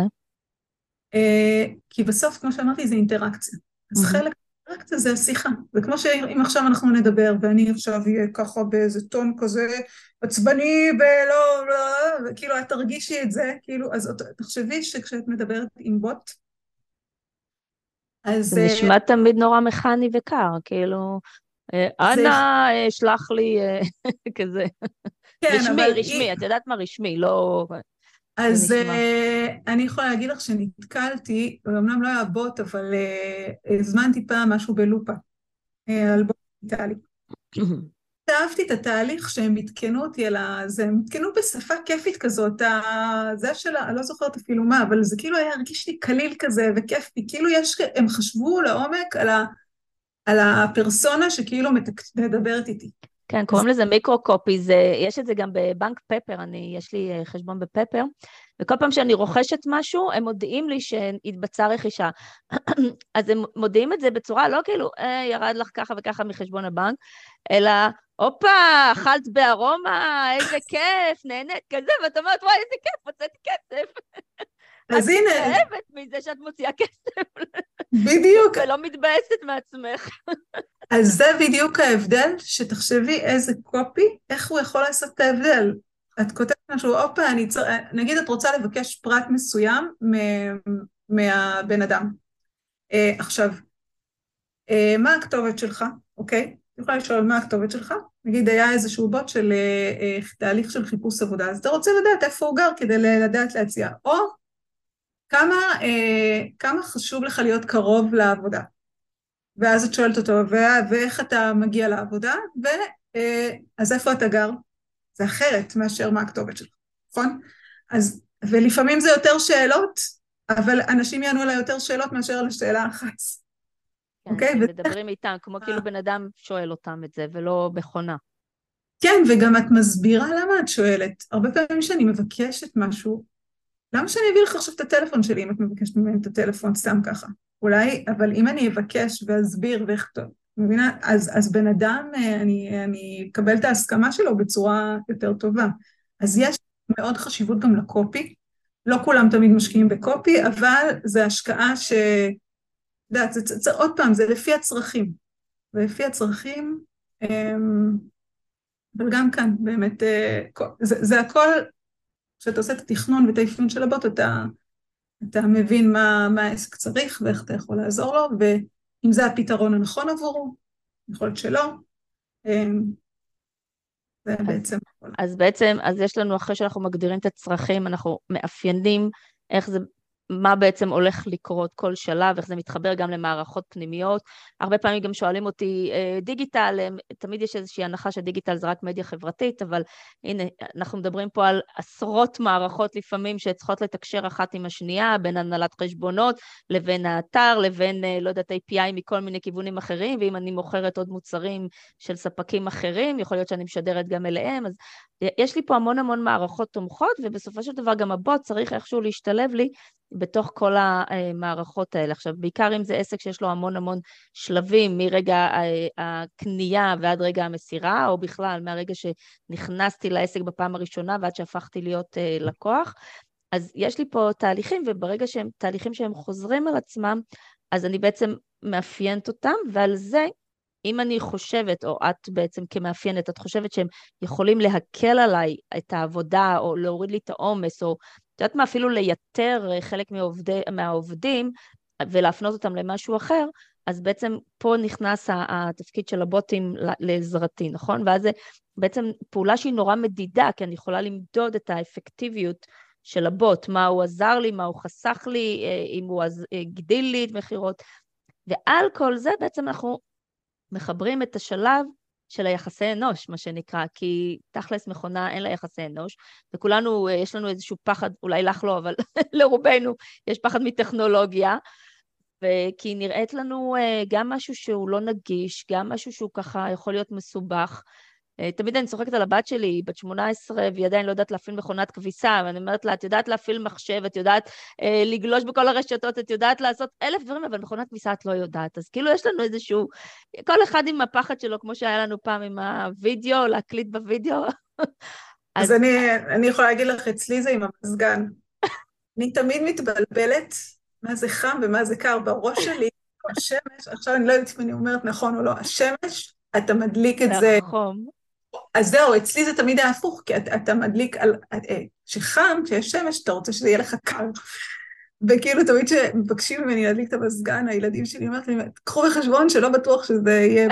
כי בסוף, כמו שאמרתי, זה אינטראקציה. אז חלק מהאינטראקציה זה השיחה. זה כמו שאם עכשיו אנחנו נדבר, ואני עכשיו אהיה ככה באיזה טון כזה, עצבני ולא, לא, כאילו, את תרגישי את זה, כאילו, אז תחשבי שכשאת מדברת עם בוט, אז... זה נשמע תמיד נורא מכני וקר, כאילו, אנא, שלח לי כזה. רשמי, רשמי, את יודעת מה רשמי, לא... אז אני יכולה להגיד לך שנתקלתי, אמנם לא היה בוט, אבל הזמנתי פעם משהו בלופה, על בוט דיגיטלי. אהבתי את התהליך שהם התקנו אותי על זה, הם התקנו בשפה כיפית כזאת, זה שלה, אני לא זוכרת אפילו מה, אבל זה כאילו היה הרגיש לי קליל כזה וכיפי, כאילו יש, הם חשבו לעומק על, ה, על הפרסונה שכאילו מדברת איתי. כן, קוראים לזה מיקרו-קופי, יש את זה גם בבנק פפר, אני, יש לי חשבון בפפר, וכל פעם שאני רוכשת משהו, הם מודיעים לי שהתבצעה רכישה. אז הם מודיעים את זה בצורה, לא כאילו, אה, ירד לך ככה וככה מחשבון הבנק, אלא, הופה, אכלת בארומה, איזה כיף, נהנית כזה, ואת אומרת, וואי, איזה כיף, הוצאתי כסף. אז הנה... את מתאהבת מזה שאת מוציאה כסף. בדיוק. ולא מתבאסת מעצמך. אז זה בדיוק ההבדל, שתחשבי איזה קופי, איך הוא יכול לעשות את ההבדל. את כותבת משהו, אופה, אני צר... נגיד את רוצה לבקש פרט מסוים מהבן אדם. אה, עכשיו, אה, מה הכתובת שלך, אוקיי? אני יכולה לשאול מה הכתובת שלך, נגיד היה איזשהו בוט של אה, אה, תהליך של חיפוש עבודה, אז אתה רוצה לדעת איפה הוא גר כדי לדעת להציע, או כמה, אה, כמה חשוב לך להיות קרוב לעבודה. ואז את שואלת אותו, "ו- ואיך אתה מגיע לעבודה, ואז איפה אתה גר?" זה אחרת מאשר מה הכתובת שלך, נכון? אז, ולפעמים זה יותר שאלות, אבל אנשים יענו לה יותר שאלות מאשר על השאלה אחת. כן, אוקיי? כי וזה- מדברים איתם, כמו כאילו בן אדם שואל אותם את זה, ולא מכונה. כן, וגם את מסבירה למה את שואלת. הרבה פעמים שאני מבקשת משהו, למה שאני אביא לך עכשיו את הטלפון שלי אם את מבקשת ממני את הטלפון סתם ככה? אולי, אבל אם אני אבקש ואסביר ואכתוב, מבינה? אז, אז בן אדם, אה, אני, אני אקבל את ההסכמה שלו בצורה יותר טובה. אז יש מאוד חשיבות גם לקופי. לא כולם תמיד משקיעים בקופי, אבל זה השקעה ש... יודעת, זה, זה, זה, עוד פעם, זה לפי הצרכים. ולפי הצרכים, אמ, אבל גם כאן, באמת, אה, זה, זה הכל, כשאתה עושה את התכנון ואת האפיון של הבוט, אתה... אתה מבין מה, מה העסק צריך ואיך אתה יכול לעזור לו, ואם זה הפתרון הנכון עבורו, יכול להיות שלא. זה אז, בעצם... אז בעצם, אז יש לנו, אחרי שאנחנו מגדירים את הצרכים, אנחנו מאפיינים איך זה, מה בעצם הולך לקרות כל שלב, איך זה מתחבר גם למערכות פנימיות. הרבה פעמים גם שואלים אותי, דיגיטל, תמיד יש איזושהי הנחה שדיגיטל זה רק מדיה חברתית, אבל הנה, אנחנו מדברים פה על עשרות מערכות לפעמים שצריכות לתקשר אחת עם השנייה, בין הנהלת חשבונות, לבין האתר, לבין, לא יודעת, איי פי איי מכל מיני כיוונים אחרים, ואם אני מוכרת עוד מוצרים של ספקים אחרים, יכול להיות שאני משדרת גם אליהם, אז יש לי פה המון המון מערכות תומכות, ובסופו של דבר גם הבוט צריך איכשהו להשתלב לי בתוך כל המערכות האלה. עכשיו, בעיקר אם זה עסק שיש לו המון המון שלבים, מרגע הקנייה ועד רגע המסירה, או בכלל מהרגע שנכנסתי לעסק בפעם הראשונה ועד שהפכתי להיות לקוח, אז יש לי פה תהליכים, וברגע שהם תהליכים שהם חוזרים על עצמם, אז אני בעצם מאפיינת אותם, ועל זה, אם אני חושבת, או את בעצם כמאפיינת, את חושבת שהם יכולים להקל עליי את העבודה, או להוריד לי את העומס, או את יודעת מה, אפילו לייתר חלק מהעובדי, מהעובדים, ולהפנות אותם למשהו אחר, אז בעצם פה נכנס התפקיד של הבוטים לעזרתי, נכון? ואז זה בעצם פעולה שהיא נורא מדידה, כי אני יכולה למדוד את האפקטיביות של הבוט, מה הוא עזר לי, מה הוא חסך לי, אם הוא הגדיל לי את מחירות, ועל כל זה בעצם אנחנו מחברים את השלב של היחסי אנוש, מה שנקרא, כי תכלס מכונה אין לה יחסי אנוש, וכולנו, יש לנו איזשהו פחד, אולי לך לא, אבל לרובנו יש פחד מטכנולוגיה, וכי נראית לנו גם משהו שהוא לא נגיש, גם משהו שהוא ככה יכול להיות מסובך. תמיד אני צוחקת על הבת שלי, היא בת שמונה עשרה, והיא עדיין לא יודעת להפעיל מכונת כביסה, ואני אומרת לה, את יודעת להפעיל מחשב, את יודעת אה, לגלוש בכל הרשתות, את יודעת לעשות אלף דברים, אבל מכונת כביסה את לא יודעת. אז כאילו יש לנו איזשהו, כל אחד עם הפחד שלו, כמו שהיה לנו פעם עם הוידאו, להקליט בוידאו. אז אני, אני יכולה להגיד לך, אצלי זה עם המזגן. אני תמיד מתבלבלת מה זה חם ומה זה קר בראש שלי, השמש, עכשיו אני לא יודעת אם אני אומרת נכון או לא, השמש, אתה מדליק את זה. החום. אז זהו, אצלי זה תמיד היה הפוך, כי אתה, אתה מדליק על... שחם, כשיש שמש, אתה רוצה שזה יהיה לך קר. וכאילו תמיד שמבקשים ממני להדליק את המזגן, הילדים שלי אומרת לי, קחו בחשבון שלא בטוח שזה יהיה...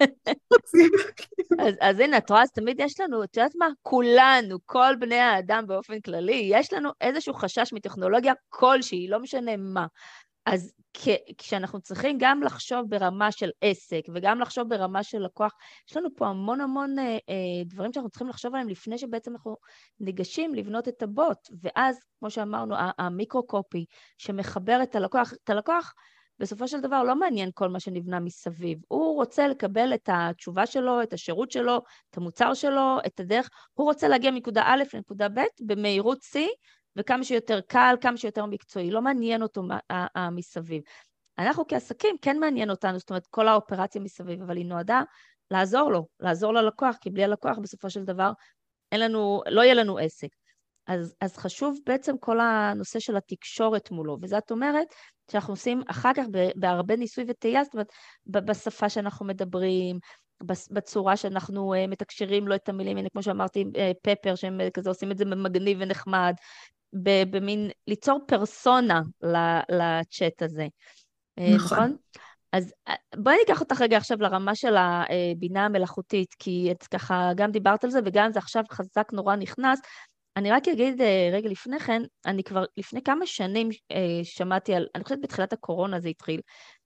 אז, אז הנה, את רואה, אז תמיד יש לנו, את יודעת מה? כולנו, כל בני האדם באופן כללי, יש לנו איזשהו חשש מטכנולוגיה כלשהי, לא משנה מה. אז כשאנחנו צריכים גם לחשוב ברמה של עסק, וגם לחשוב ברמה של לקוח, יש לנו פה המון המון אה, אה, דברים שאנחנו צריכים לחשוב עליהם לפני שבעצם אנחנו ניגשים לבנות את הבוט, ואז, כמו שאמרנו, המיקרו-קופי שמחבר את הלקוח, את הלקוח, בסופו של דבר לא מעניין כל מה שנבנה מסביב, הוא רוצה לקבל את התשובה שלו, את השירות שלו, את המוצר שלו, את הדרך, הוא רוצה להגיע מנקודה א' לנקודה ב' במהירות C, וכמה שיותר קל, כמה שיותר מקצועי, לא מעניין אותו מסביב. אנחנו כעסקים כן מעניין אותנו, זאת אומרת, כל האופרציה מסביב, אבל היא נועדה לעזור לו, לעזור ללקוח, כי בלי הלקוח בסופו של דבר אין לנו, לא יהיה לנו עסק. אז, אז חשוב בעצם כל הנושא של התקשורת מולו, וזאת אומרת שאנחנו עושים אחר כך בהרבה ניסוי וטעייה, זאת אומרת, בשפה שאנחנו מדברים, בצורה שאנחנו מתקשרים לו את המילים, הנה כמו שאמרתי, פפר, שהם כזה עושים את זה מגניב ונחמד, במין ליצור פרסונה לצ'אט הזה, נכון? נכון? אז בואי ניקח אותך רגע עכשיו לרמה של הבינה המלאכותית, כי את ככה גם דיברת על זה, וגם זה עכשיו חזק נורא נכנס. אני רק אגיד רגע לפני כן, אני כבר לפני כמה שנים שמעתי על, אני חושבת בתחילת הקורונה זה התחיל,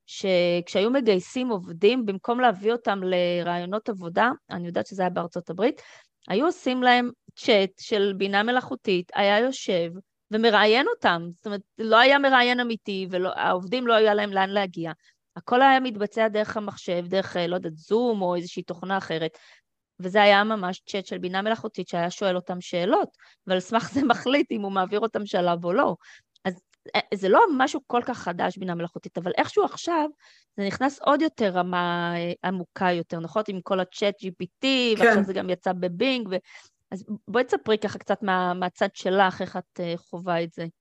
שכשהיו מגייסים עובדים, במקום להביא אותם לרעיונות עבודה, אני יודעת שזה היה בארצות הברית, היו עושים להם צ'אט של בינה מלאכותית, היה יושב ומראיין אותם, זאת אומרת, לא היה מראיין אמיתי, והעובדים לא היה להם לאן להגיע. הכל היה מתבצע דרך המחשב, דרך, לא יודעת, זום או איזושהי תוכנה אחרת, וזה היה ממש צ'אט של בינה מלאכותית שהיה שואל אותם שאלות, ועל סמך זה מחליט אם הוא מעביר אותם שלב או לא. אז זה לא משהו כל כך חדש בינה מלאכותית, אבל איכשהו עכשיו זה נכנס עוד יותר רמה עמוקה יותר, נכון? עם כל הצ'אט ג'י פי טי, כן. ועכשיו זה גם יצא בבינג, ו... אז בואי תספרי ככה קצת מה, מהצד שלך, איך את חובה את זה.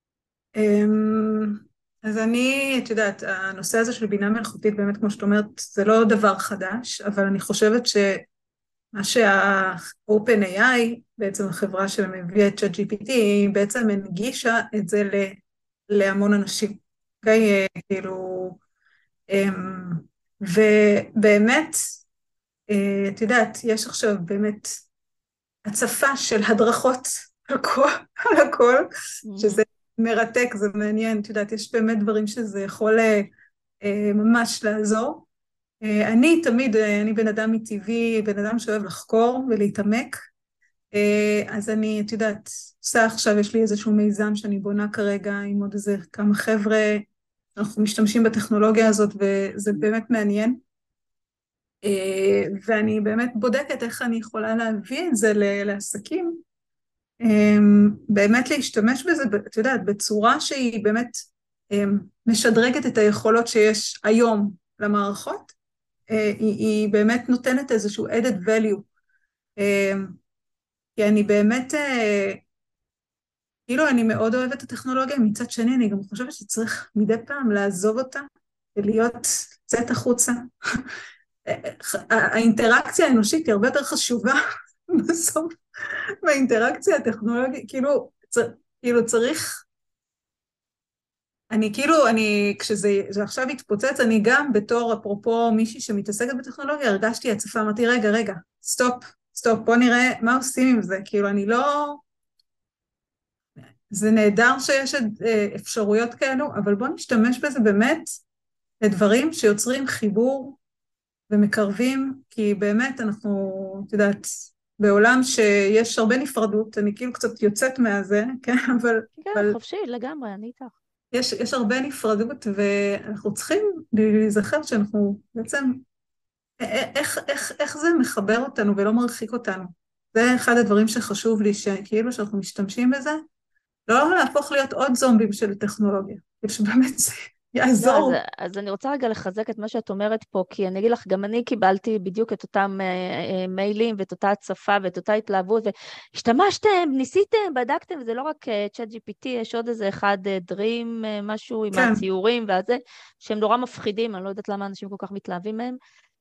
אז אני, את יודעת, הנושא הזה של בינה מלאכותית, באמת כמו שאת אומרת, זה לא דבר חדש, אבל אני חושבת שמה שה-OpenAI, בעצם החברה שמביאה את צ'אט ג'י פי טי, היא בעצם הנגישה את זה ל... להמון אנשים. אוקיי? כאילו, ובאמת, את יודעת, יש עכשיו באמת הצפה של הדרכות על הכל, על הכל, שזה מרתק, זה מעניין, את יודעת, יש באמת דברים שזה יכול ממש לעזור. אני תמיד, אני בן אדם מטבעי, בן אדם שאוהב לחקור ולהתעמק, אז אני, את יודעת, עושה עכשיו, יש לי איזשהו מיזם שאני בונה כרגע עם עוד איזה כמה חבר'ה, אנחנו משתמשים בטכנולוגיה הזאת וזה באמת מעניין, ואני באמת בודקת איך אני יכולה להביא את זה לעסקים, באמת להשתמש בזה, את יודעת, בצורה שהיא באמת משדרגת את היכולות שיש היום למערכות, היא, היא באמת נותנת איזשהו added value, כי אני באמת, כאילו אני מאוד אוהבת את הטכנולוגיה, מצד שני אני גם חושבת שצריך מדי פעם לעזוב אותה, ולהיות צאת החוצה. האינטראקציה האנושית היא הרבה יותר חשובה בסוף, והאינטראקציה הטכנולוגית, כאילו, כאילו צריך, אני כאילו, אני, כשזה עכשיו התפוצץ, אני גם בתור, אפרופו מישהי שמתעסקת בטכנולוגיה, הרגשתי הצפה, אמרתי, רגע, רגע, סטופ, סטופ, בוא נראה מה עושים עם זה, כאילו אני לא, זה נהדר שיש אפשרויות כאלו, אבל בוא נשתמש בזה באמת לדברים שיוצרים חיבור ומקרבים, כי באמת אנחנו, את יודעת, בעולם שיש הרבה נפרדות, אני כאילו קצת יוצאת מהזה, כן, אבל... כן, אבל חופשי, לגמרי, אני איתך. יש, יש הרבה נפרדות, ואנחנו צריכים להיזכר שאנחנו בעצם, איך, איך, איך זה מחבר אותנו ולא מרחיק אותנו. זה אחד הדברים שחשוב לי, שכאילו שאנחנו משתמשים בזה, לא להפוך להיות עוד זומבים של טכנולוגיה, שבאמת זה יעזור. לא, אז, אז אני רוצה רגע לחזק את מה שאת אומרת פה, כי אני אגיד לך, גם אני קיבלתי בדיוק את אותם אה, אה, מיילים, ואת אותה הצפה, ואת אותה התלהבות, והשתמשתם, ניסיתם, בדקתם, וזה לא רק צ'אט ג'י פי טי, יש עוד איזה אחד דרים, אה, משהו עם כן. הציורים והזה, שהם נורא מפחידים, אני לא יודעת למה אנשים כל כך מתלהבים מהם,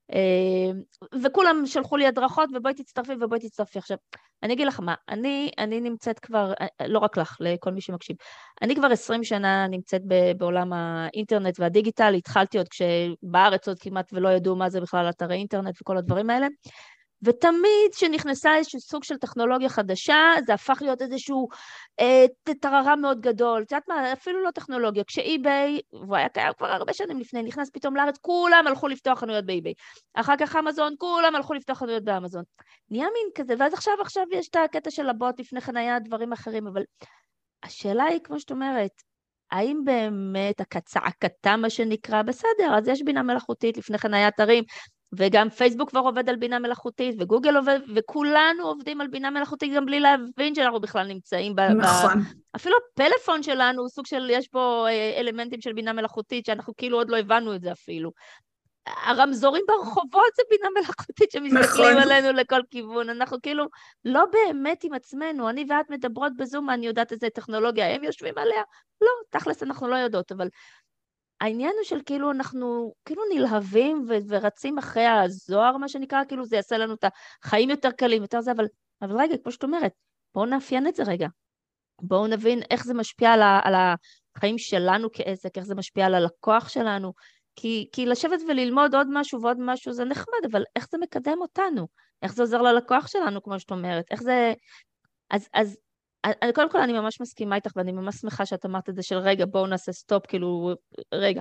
וכולם שלחו לי הדרכות, ובואי תצטרפי ובואי תצטרפי. עכשיו, אני אגיד לך מה, אני, אני נמצאת כבר, לא רק לך, לכל מי שמקשיב, אני כבר עשרים שנה נמצאת בעולם האינטרנט והדיגיטל, התחלתי עוד כשבארץ עוד כמעט ולא ידעו מה זה בכלל אתרי אינטרנט וכל הדברים האלה, ותמיד שנכנסה איזשהו סוג של טכנולוגיה חדשה, זה הפך להיות איזשהו אה, טררה מאוד גדול. את יודעת מה, אפילו לא טכנולוגיה. כשאי-ביי, והוא היה קיים כבר הרבה שנים לפני, נכנס פתאום לארץ, כולם הלכו לפתוח חנויות באי-ביי. אחר כך אמזון, כולם הלכו לפתוח חנויות באמזון. נהיה מין כזה, ואז עכשיו, עכשיו יש את הקטע של הבוט, לפני חניה, דברים אחרים, אבל השאלה היא, כמו שאת אומרת, האם באמת הקצעקתה, מה שנקרא, בסדר, אז יש בינה מלאכותית לפני חניה אתרים, וגם פייסבוק כבר עובד על בינה מלאכותית, וגוגל עובד, וכולנו עובדים על בינה מלאכותית, גם בלי להבין שאנחנו בכלל נמצאים ב... נכון. ב... אפילו הפלאפון שלנו הוא סוג של, יש בו אלמנטים של בינה מלאכותית, שאנחנו כאילו עוד לא הבנו את זה אפילו. הרמזורים ברחובות זה בינה מלאכותית שמסתכלים נכון. עלינו לכל כיוון, אנחנו כאילו לא באמת עם עצמנו, אני ואת מדברות בזום, אני יודעת איזה טכנולוגיה, הם יושבים עליה, לא, תכלס אנחנו לא יודעות, אבל העניין הוא של כאילו אנחנו כאילו נלהבים ו- ורצים אחרי הזוהר, מה שנקרא, כאילו זה יעשה לנו את החיים יותר קלים, יותר זה, אבל, אבל רגע, כמו שאת אומרת, בואו נאפיין את זה רגע. בואו נבין איך זה משפיע על, ה- על החיים שלנו כעסק, איך זה משפיע על הלקוח שלנו, כי, כי לשבת וללמוד עוד משהו ועוד משהו זה נחמד, אבל איך זה מקדם אותנו? איך זה עוזר ללקוח שלנו, כמו שאת אומרת? איך זה... אז... אז אני, קודם כל אני ממש מסכימה איתך, ואני ממש שמחה שאת אמרת את זה של רגע, בואו נעשה סטופ, כאילו, רגע,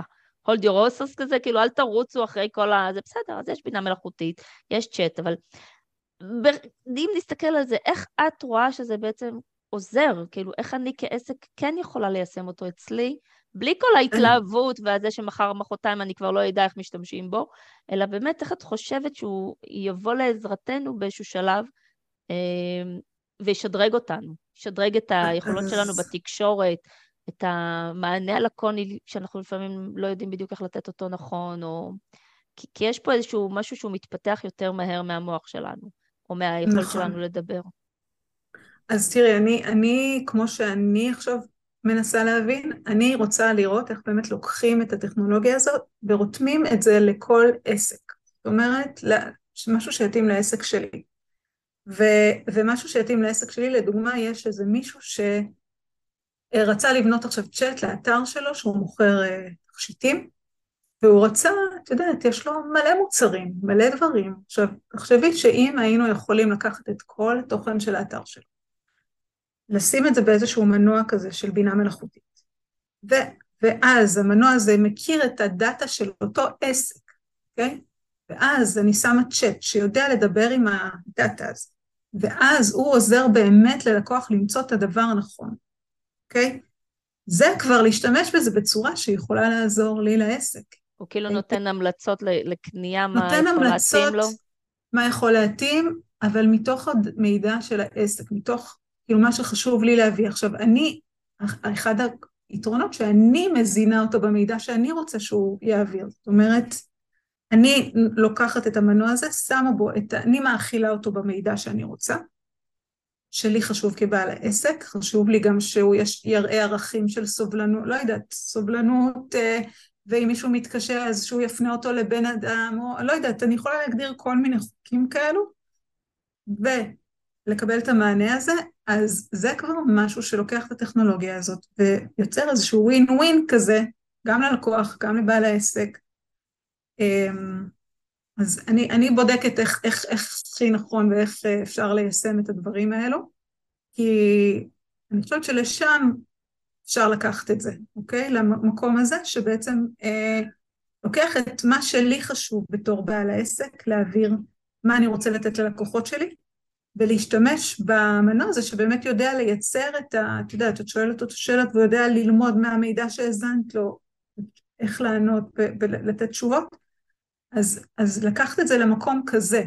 hold your horses כזה, כאילו אל תרוצו אחרי כל ה... זה בסדר, אז יש בינה מלאכותית, יש צ'אט, אבל אם נסתכל על זה, איך את רואה שזה בעצם עוזר? כאילו, איך אני כעסק כן יכולה ליישם אותו אצלי, בלי כל ההתלהבות והזה שמחר מחרתיים אני כבר לא יודע איך משתמשים בו, אלא באמת איך את חושבת שהוא יבוא לעזרתנו באיזשהו שלב, וישדרג אותנו, ישדרג את היכולות שלנו בתקשורת, את המענה הלקוני, שאנחנו לפעמים לא יודעים בדיוק איך לתת אותו נכון, או... כי, כי יש פה איזשהו משהו שהוא מתפתח יותר מהר מהמוח שלנו, או מהיכולת נכון. שלנו לדבר. אז תראי, אני, אני, כמו שאני עכשיו מנסה להבין, אני רוצה לראות איך באמת לוקחים את הטכנולוגיה הזאת, ורותמים את זה לכל עסק. זאת אומרת, משהו שיתאים לעסק שלי. ו, ומשהו שיתאים לעסק שלי, לדוגמה, יש איזה מישהו שרצה לבנות עכשיו צ'אט לאתר שלו, שהוא מוכר תכשיטים, והוא רצה, את יודעת, יש לו מלא מוצרים, מלא דברים. עכשיו, תחשבי שאם היינו יכולים לקחת את כל התוכן של האתר שלו, לשים את זה באיזשהו מנוע כזה של בינה מלאכותית, ו, ואז המנוע הזה מכיר את הדאטה של אותו עסק, אוקיי? ואז אני שמה צ'אט שיודע לדבר עם הדאטה הזה, ואז הוא עוזר באמת ללקוח למצוא את הדבר הנכון, אוקיי? זה כבר להשתמש בזה בצורה שיכולה לעזור לי לעסק. הוא כאילו נותן המלצות לקנייה, מה יכול להתאים לו? מה יכול להתאים, אבל מתוך המידע של העסק, מתוך כאילו מה שחשוב לי להביא. עכשיו, אני, אחד היתרונות שאני מזינה אותו במידע שאני רוצה שהוא יעביר. זאת אומרת, אני לוקחת את המנוע הזה, שמה בו, את, אני מאכילה אותו במידע שאני רוצה, שלי חשוב כבעל העסק, חשוב לי גם שהוא יש, יראה ערכים של סובלנות, לא יודעת, סובלנות, ואם מישהו מתקשה אז שהוא יפנה אותו לבן אדם, או לא יודעת, אני יכולה להגדיר כל מיני חוקים כאלו, ולקבל את המענה הזה, אז זה כבר משהו שלוקח את הטכנולוגיה הזאת, ויוצר איזשהו ווין ווין כזה, גם ללקוח, גם לבעל העסק. אז אני, אני בודקת איך, איך, איך הכי נכון ואיך אפשר ליישם את הדברים האלו, כי אני חושבת שלשם אפשר לקחת את זה, אוקיי? למקום הזה שבעצם אה, לוקח את מה שלי חשוב בתור בעל העסק, להעביר מה אני רוצה לתת ללקוחות שלי, ולהשתמש במנוע הזה שבאמת יודע לייצר את ה... את יודעת, את שואלת אותו שאלות, והוא יודע ללמוד מהמידע שהזנת לו, איך לענות ולתת תשובות, אז, אז לקחת את זה למקום כזה.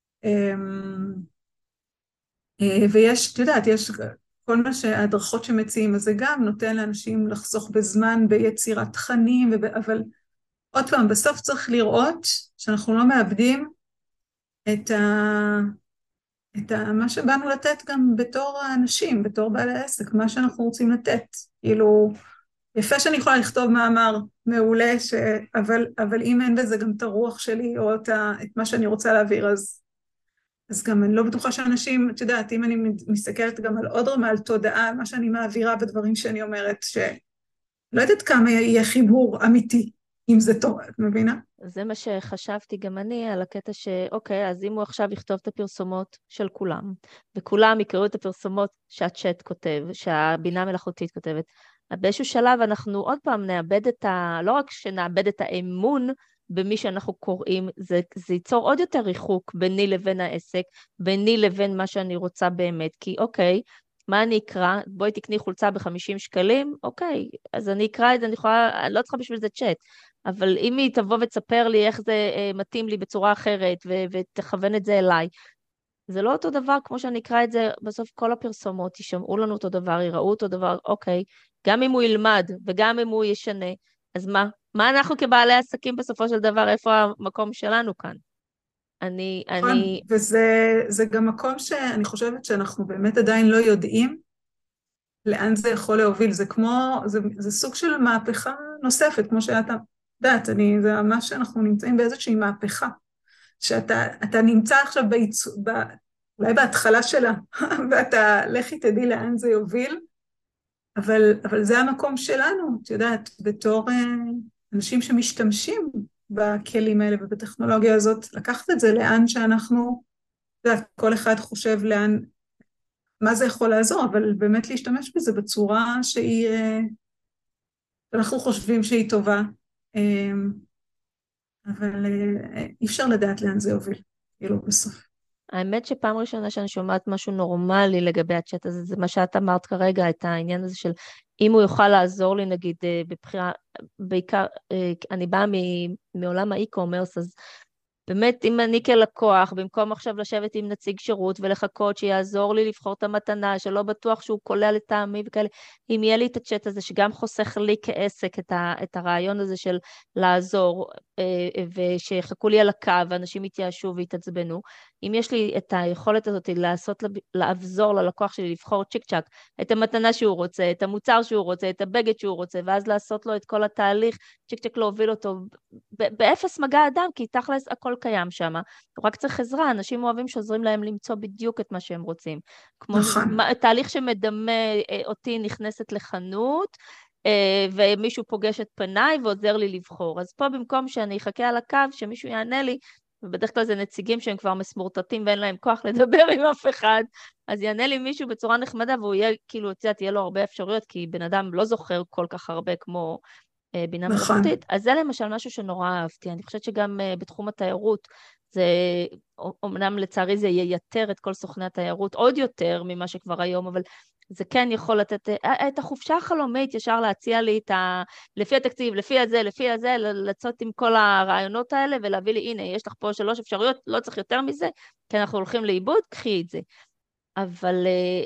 ויש, את יודעת, יש כל מה שההדרכות שמציעים, אז זה גם נותן לאנשים לחסוך בזמן, ביצירת תכנים, אבל עוד פעם, בסוף צריך לראות שאנחנו לא מאבדים את ה... את ה... מה שבאנו לתת גם בתור האנשים, בתור בעלי העסק, מה שאנחנו רוצים לתת. כאילו, יפה שאני יכולה לכתוב מאמר מעולה, ש... אבל, אבל אם אין בזה גם את הרוח שלי, או את, ה... את מה שאני רוצה להעביר, אז, אז גם אני לא בטוחה שאנשים, את יודעת, אם אני מסתכלת גם על עוד רמה, על תודעה, מה שאני מעבירה בדברים שאני אומרת, שלא יודעת כמה יהיה חיבור אמיתי, אם זה טוב, את מבינה? זה מה שחשבתי גם אני על הקטע שאוקיי, אז אם הוא עכשיו יכתוב את הפרסומות של כולם, וכולם יקראו את הפרסומות שהצ'אט כותב, שהבינה מלאכותית כותבת, באיזשהו שלב אנחנו עוד פעם נאבד את ה... לא רק שנאבד את האמון במי שאנחנו קוראים, זה, זה ייצור עוד יותר ריחוק ביני לבין העסק, ביני לבין מה שאני רוצה באמת, כי אוקיי, מה אני אקרא? בואי תקני חולצה ב-חמישים שקלים, אוקיי, אז אני אקרא את זה, אני יכולה, אני לא צריכה בשביל זה צ'אט, אבל אם היא תבוא ותספר לי איך זה אה, מתאים לי בצורה אחרת, ו- ותכוון את זה אליי, זה לא אותו דבר כמו שאני אקרא את זה, בסוף כל הפרסומות ישמעו לנו אותו דבר, יראו אותו דבר, אוקיי, גם אם הוא ילמד וגם אם הוא ישנה, אז מה? מה אנחנו כבעלי עסקים בסופו של דבר, איפה המקום שלנו כאן? אני... נכון, אני... וזה זה גם מקום שאני חושבת שאנחנו באמת עדיין לא יודעים לאן זה יכול להוביל, זה כמו, זה, זה סוג של מהפכה נוספת, כמו שאתה יודעת, אני, זה ממש שאנחנו נמצאים באיזושהי מהפכה, שאתה אתה נמצא עכשיו בעיצוב, ב, אולי בהתחלה שלה, ואתה לכי תדעי לאן זה יוביל, אבל, אבל זה המקום שלנו, את יודעת, בתור אנשים שמשתמשים בכלים האלה ובטכנולוגיה הזאת, לקחת את זה לאן שאנחנו, את יודעת, כל אחד חושב לאן, מה זה יכול לעזור, אבל באמת להשתמש בזה בצורה שהיא, אנחנו חושבים שהיא טובה, אבל אי אפשר לדעת לאן זה יוביל, כאילו בסוף. האמת שפעם ראשונה שאני שומעת משהו נורמלי לגבי הצ'אט הזה, זה מה שאת אמרת כרגע, את העניין הזה של אם הוא יוכל לעזור לי, נגיד, בבחירה, בעיקר, אני באה מעולם האי-קומרס, אז באמת, אם אני כלקוח, במקום עכשיו לשבת עם נציג שירות ולחכות שיעזור לי לבחור את המתנה, שלא בטוח שהוא קולע לטעמי וכאלה, אם יהיה לי את הצ'אט הזה, שגם חוסך לי כעסק את, ה, את הרעיון הזה של לעזור, ושיחכו לי על הקו, ואנשים יתייאשו ויתעצבנו, אם יש לי את היכולת הזאת לעשות, לעזור ללקוח שלי לבחור צ'יק צ'ק, את המתנה שהוא רוצה, את המוצר שהוא רוצה, את הבגד שהוא רוצה, ואז לעשות לו את כל התהליך, צ'יק צ'ק להוביל אותו, באפס מגע אדם, כי תכלס הכל קיים שם, הוא רק צריך עזרה, אנשים אוהבים שעוזרים להם למצוא בדיוק את מה שהם רוצים. כמו נכון. תהליך שמדמה אותי נכנסת לחנות, ומישהו פוגש את פניי ועוזר לי לבחור. אז פה במקום שאני אחכה על הקו, שמישהו יענה לי, ובדרך כלל זה נציגים שהם כבר מסמורטטים ואין להם כוח לדבר עם אף אחד, אז יענה לי מישהו בצורה נחמדה, והוא יהיה, כאילו, תהיה לו הרבה אפשרויות, כי בן אדם לא זוכר כל כך הרבה כמו בינה נכון. מלאכותית. אז זה למשל משהו שנורא אהבתי. אני חושבת שגם בתחום התיירות, זה, אומנם לצערי זה ייתר את כל סוכני התיירות, עוד יותר ממה שכבר היום, אבל זה כן יכול לתת, את החופשה החלומית ישר להציע לי את ה... לפי התקציב, לפי הזה, לפי הזה, לצאת עם כל הרעיונות האלה, ולהביא לי, הנה, יש לך פה שלוש אפשרויות, לא צריך יותר מזה, כי אנחנו הולכים לאיבוד, קחי את זה. אבל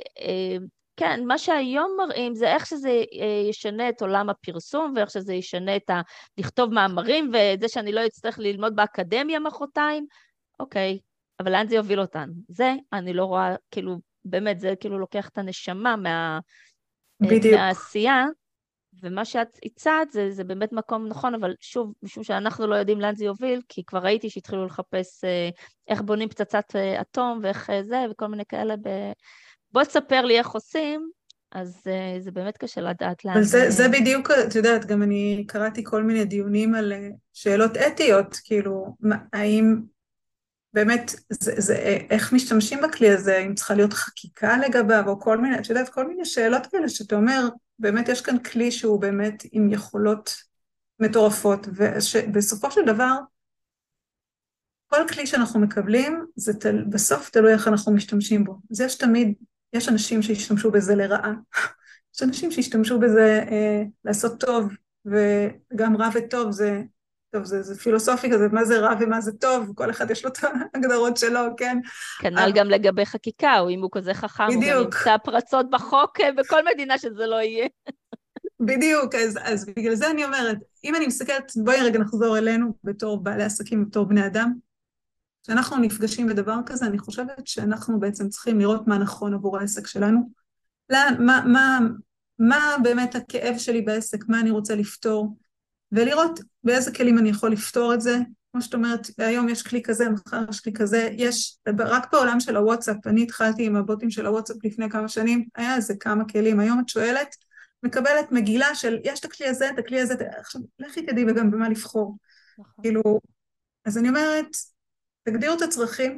כן, מה שהיום מראים זה איך שזה ישנה את עולם הפרסום, ואיך שזה ישנה את ה... לכתוב מאמרים, וזה שאני לא אצטרך ללמוד באקדמיה מחרתיים, אוקיי, אבל לאן זה יוביל אותנו? זה, אני לא רואה, כאילו, באמת, זה כאילו לוקח את הנשמה מה... מהעשייה, ומה שאת הצעת זה, זה באמת מקום נכון, אבל שוב, משום שאנחנו לא יודעים לאן זה יוביל, כי כבר ראיתי שהתחילו לחפש איך בונים פצצת אטום, ואיך זה, וכל מיני כאלה ב... בוא תספר לי איך עושים, אז uh, זה באמת קשה לדעת לאן. אבל זה, זה בדיוק, את יודעת, גם אני קראתי כל מיני דיונים על שאלות אתיות, כאילו, האם באמת, זה, זה, איך משתמשים בכלי הזה, אם צריכה להיות חקיקה לגביו, או כל מיני, את יודעת, כל מיני שאלות כאלה, שאתה אומר, באמת יש כאן כלי שהוא באמת עם יכולות מטורפות, ובסופו של דבר, כל כלי שאנחנו מקבלים, זה תל, בסוף תלוי איך אנחנו משתמשים בו. אז יש תמיד, יש אנשים שהשתמשו בזה לרעה, יש אנשים שהשתמשו בזה אה, לעשות טוב, וגם רע וטוב זה, טוב, זה, זה פילוסופי כזה, מה זה רע ומה זה טוב, כל אחד יש לו את ההגדרות שלו, כן? כנ"ל גם לגבי חקיקה, או אם הוא כזה חכם, בדיוק. הוא גם ימצא פרצות בחוק בכל מדינה שזה לא יהיה. בדיוק, אז, אז בגלל זה אני אומרת, אם אני מסתכלת, בואי רגע נחזור אלינו בתור בעלי עסקים, בתור בני אדם, כשאנחנו נפגשים בדבר כזה, אני חושבת שאנחנו בעצם צריכים לראות מה נכון עבור העסק שלנו, מה, מה, מה באמת הכאב שלי בעסק, מה אני רוצה לפתור, ולראות באיזה כלים אני יכול לפתור את זה. כמו שאת אומרת, היום יש כלי כזה, מחר יש כלי כזה, יש, רק בעולם של הוואטסאפ, אני התחלתי עם הבוטים של הוואטסאפ לפני כמה שנים, היה איזה כמה כלים, היום את שואלת, מקבלת מגילה של, יש את הכלי הזה, את הכלי הזה, עכשיו, לכי תדעי וגם במה לבחור. כאילו, אז אני אומרת, תגדירו את הצרכים,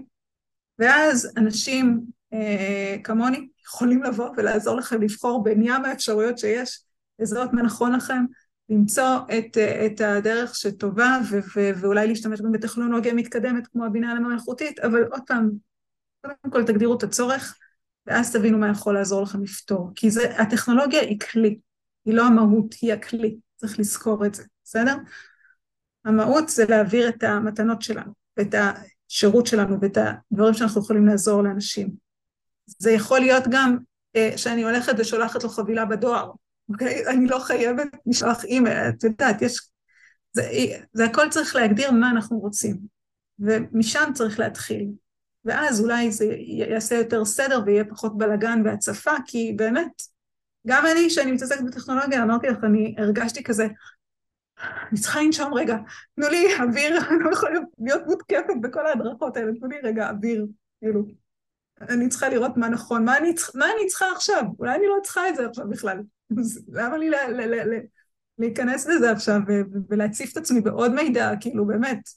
ואז אנשים אה, כמוני יכולים לבוא ולעזור לכם לבחור בין ים האפשרויות שיש, לזהות מה נכון לכם, למצוא את, את הדרך שטובה, ו- ו- ואולי להשתמש גם בטכנולוגיה מתקדמת כמו הבינה המלאכותית, אבל עוד פעם, קודם כל תגדירו את הצורך, ואז תבינו מה יכול לעזור לכם לפתור, כי זה, הטכנולוגיה היא כלי, היא לא המהות, היא הכלי, צריך לזכור את זה, בסדר? המהות זה להעביר את המתנות שלנו, ואת השירות שלנו, ואת הדברים שאנחנו יכולים לעזור לאנשים. זה יכול להיות גם אה, שאני הולכת ושולחת לו חבילה בדואר, אוקיי? אני לא חייבת לשלוח אימייל, את יודעת, יש... זה, זה הכל צריך להגדיר מה אנחנו רוצים, ומשם צריך להתחיל. ואז אולי זה יעשה יותר סדר ויהיה פחות בלגן והצפה, כי באמת, גם אני, שאני מתעסקת בטכנולוגיה, אמרתי לך, אני הרגשתי כזה, אני צריכה לנשום רגע, תנו לי אוויר, אני לא יכולה להיות מותקפת בכל ההדרכות האלה, תנו לי רגע אוויר, כאילו, אני צריכה לראות מה נכון, מה אני, מה אני צריכה עכשיו, אולי אני לא צריכה את זה עכשיו בכלל, למה לי ל, ל, ל, ל, להיכנס לזה עכשיו ולהציף את עצמי בעוד מידע, כאילו באמת.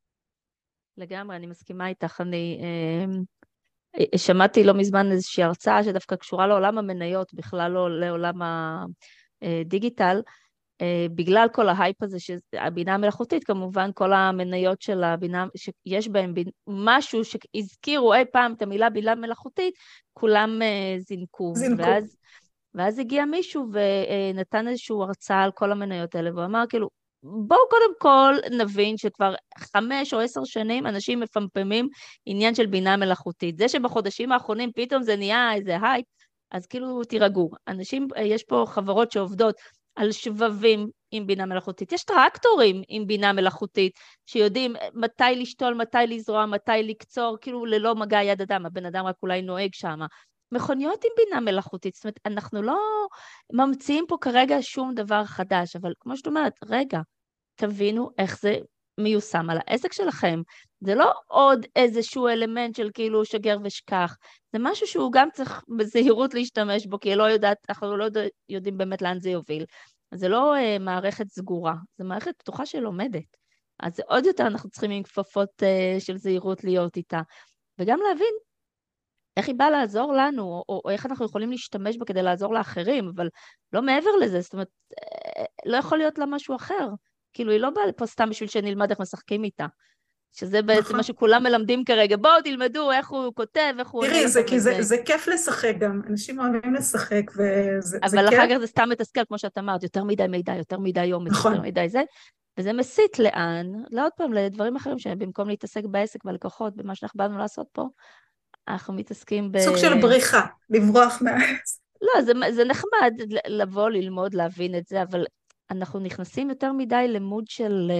לגמרי, אני מסכימה איתך, אני אה, שמעתי לא מזמן איזושהי הרצאה שדווקא קשורה לעולם המניות, בכלל לא לעולם הדיגיטל, בגלל כל ההייפ הזה, שהבינה המלאכותית, כמובן כל המניות של הבינה, שיש בהם משהו שהזכירו אי פעם את המילה בינה מלאכותית, כולם זינקו. זינקו. ואז, ואז הגיע מישהו ונתן איזשהו הרצאה על כל המניות האלה, והוא אמר כאילו, בואו קודם כל נבין שכבר חמש או עשר שנים אנשים מפמפמים עניין של בינה מלאכותית. זה שבחודשים האחרונים פתאום זה נהיה איזה הייפ, אז כאילו תירגעו. אנשים, יש פה חברות שעובדות על שבבים עם בינה מלאכותית. יש טרקטורים עם בינה מלאכותית, שיודעים מתי לשתול, מתי לזרוע, מתי לקצור, כאילו ללא מגע יד אדם, הבן אדם רק אולי נוהג שם. מכוניות עם בינה מלאכותית, זאת אומרת, אנחנו לא ממציאים פה כרגע שום דבר חדש, אבל כמו שאת אומרת, רגע, תבינו איך זה מיושם על העסק שלכם. זה לא עוד איזשהו אלמנט של כאילו שגר ושכח, זה משהו שהוא גם צריך בזהירות להשתמש בו, כי לא יודעת, אנחנו לא יודעים באמת לאן זה יוביל. זה לא uh, מערכת סגורה, זה מערכת פתוחה שלומדת. אז עוד יותר אנחנו צריכים עם כפפות uh, של זהירות להיות איתה, וגם להבין איך היא באה לעזור לנו, או, או איך אנחנו יכולים להשתמש בה כדי לעזור לאחרים, אבל לא מעבר לזה, זאת אומרת, לא יכול להיות לה משהו אחר. כאילו, היא לא באה לפה סתם בשביל שנלמד איך משחקים איתה. שזה בעצם נכון. מה שכולם מלמדים כרגע, בואו תלמדו איך הוא כותב, איך הוא... תראי, זה, כי זה, זה כיף לשחק גם, אנשים אוהבים לשחק, וזה אבל זה אחר כיף. כך זה סתם מתסכל, כמו שאת אמרת, יותר מדי מידע, יותר מדי יום, נכון. יותר מדי זה, וזה מסית לאן, לעוד פעם, לדברים אחרים שבמקום להתעסק בעסק, בלקוחות, במה שאנחנו באנו לעשות פה, אנחנו מתעסקים ב... סוג של בריחה, לברוח מהעסק. לא, זה, זה נחמד לבוא, ללמוד, להבין את זה, אבל אנחנו נכנסים יותר מדי למוד של,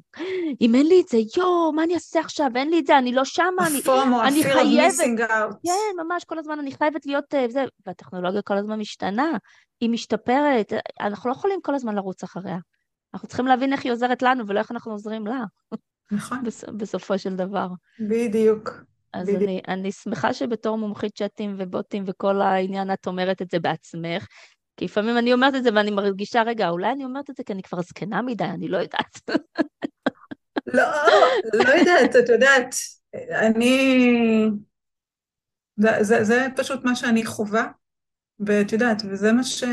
אם אין לי את זה, יו, מה אני אעשה עכשיו? אין לי את זה, אני לא שמה, אני, הפומו, אני ה-fear of missing out. כן, ממש, כל הזמן אני חייבת להיות, זה, והטכנולוגיה כל הזמן משתנה, היא משתפרת, אנחנו לא יכולים כל הזמן לרוץ אחריה. אנחנו צריכים להבין איך היא עוזרת לנו, ולא איך אנחנו עוזרים לה. נכון. בסופו של דבר. בדיוק. אז אני, אני שמחה שבתור מומחית צ'אטים ובוטים וכל העניין את אומרת את זה בעצמך, כי לפעמים אני אומרת את זה ואני מרגישה, רגע, אולי אני אומרת את זה כי אני כבר זקנה מדי, אני לא יודעת. לא, לא יודעת, את יודעת, אני... זה, זה, זה פשוט מה שאני חובה, ואת יודעת, וזה מה ש...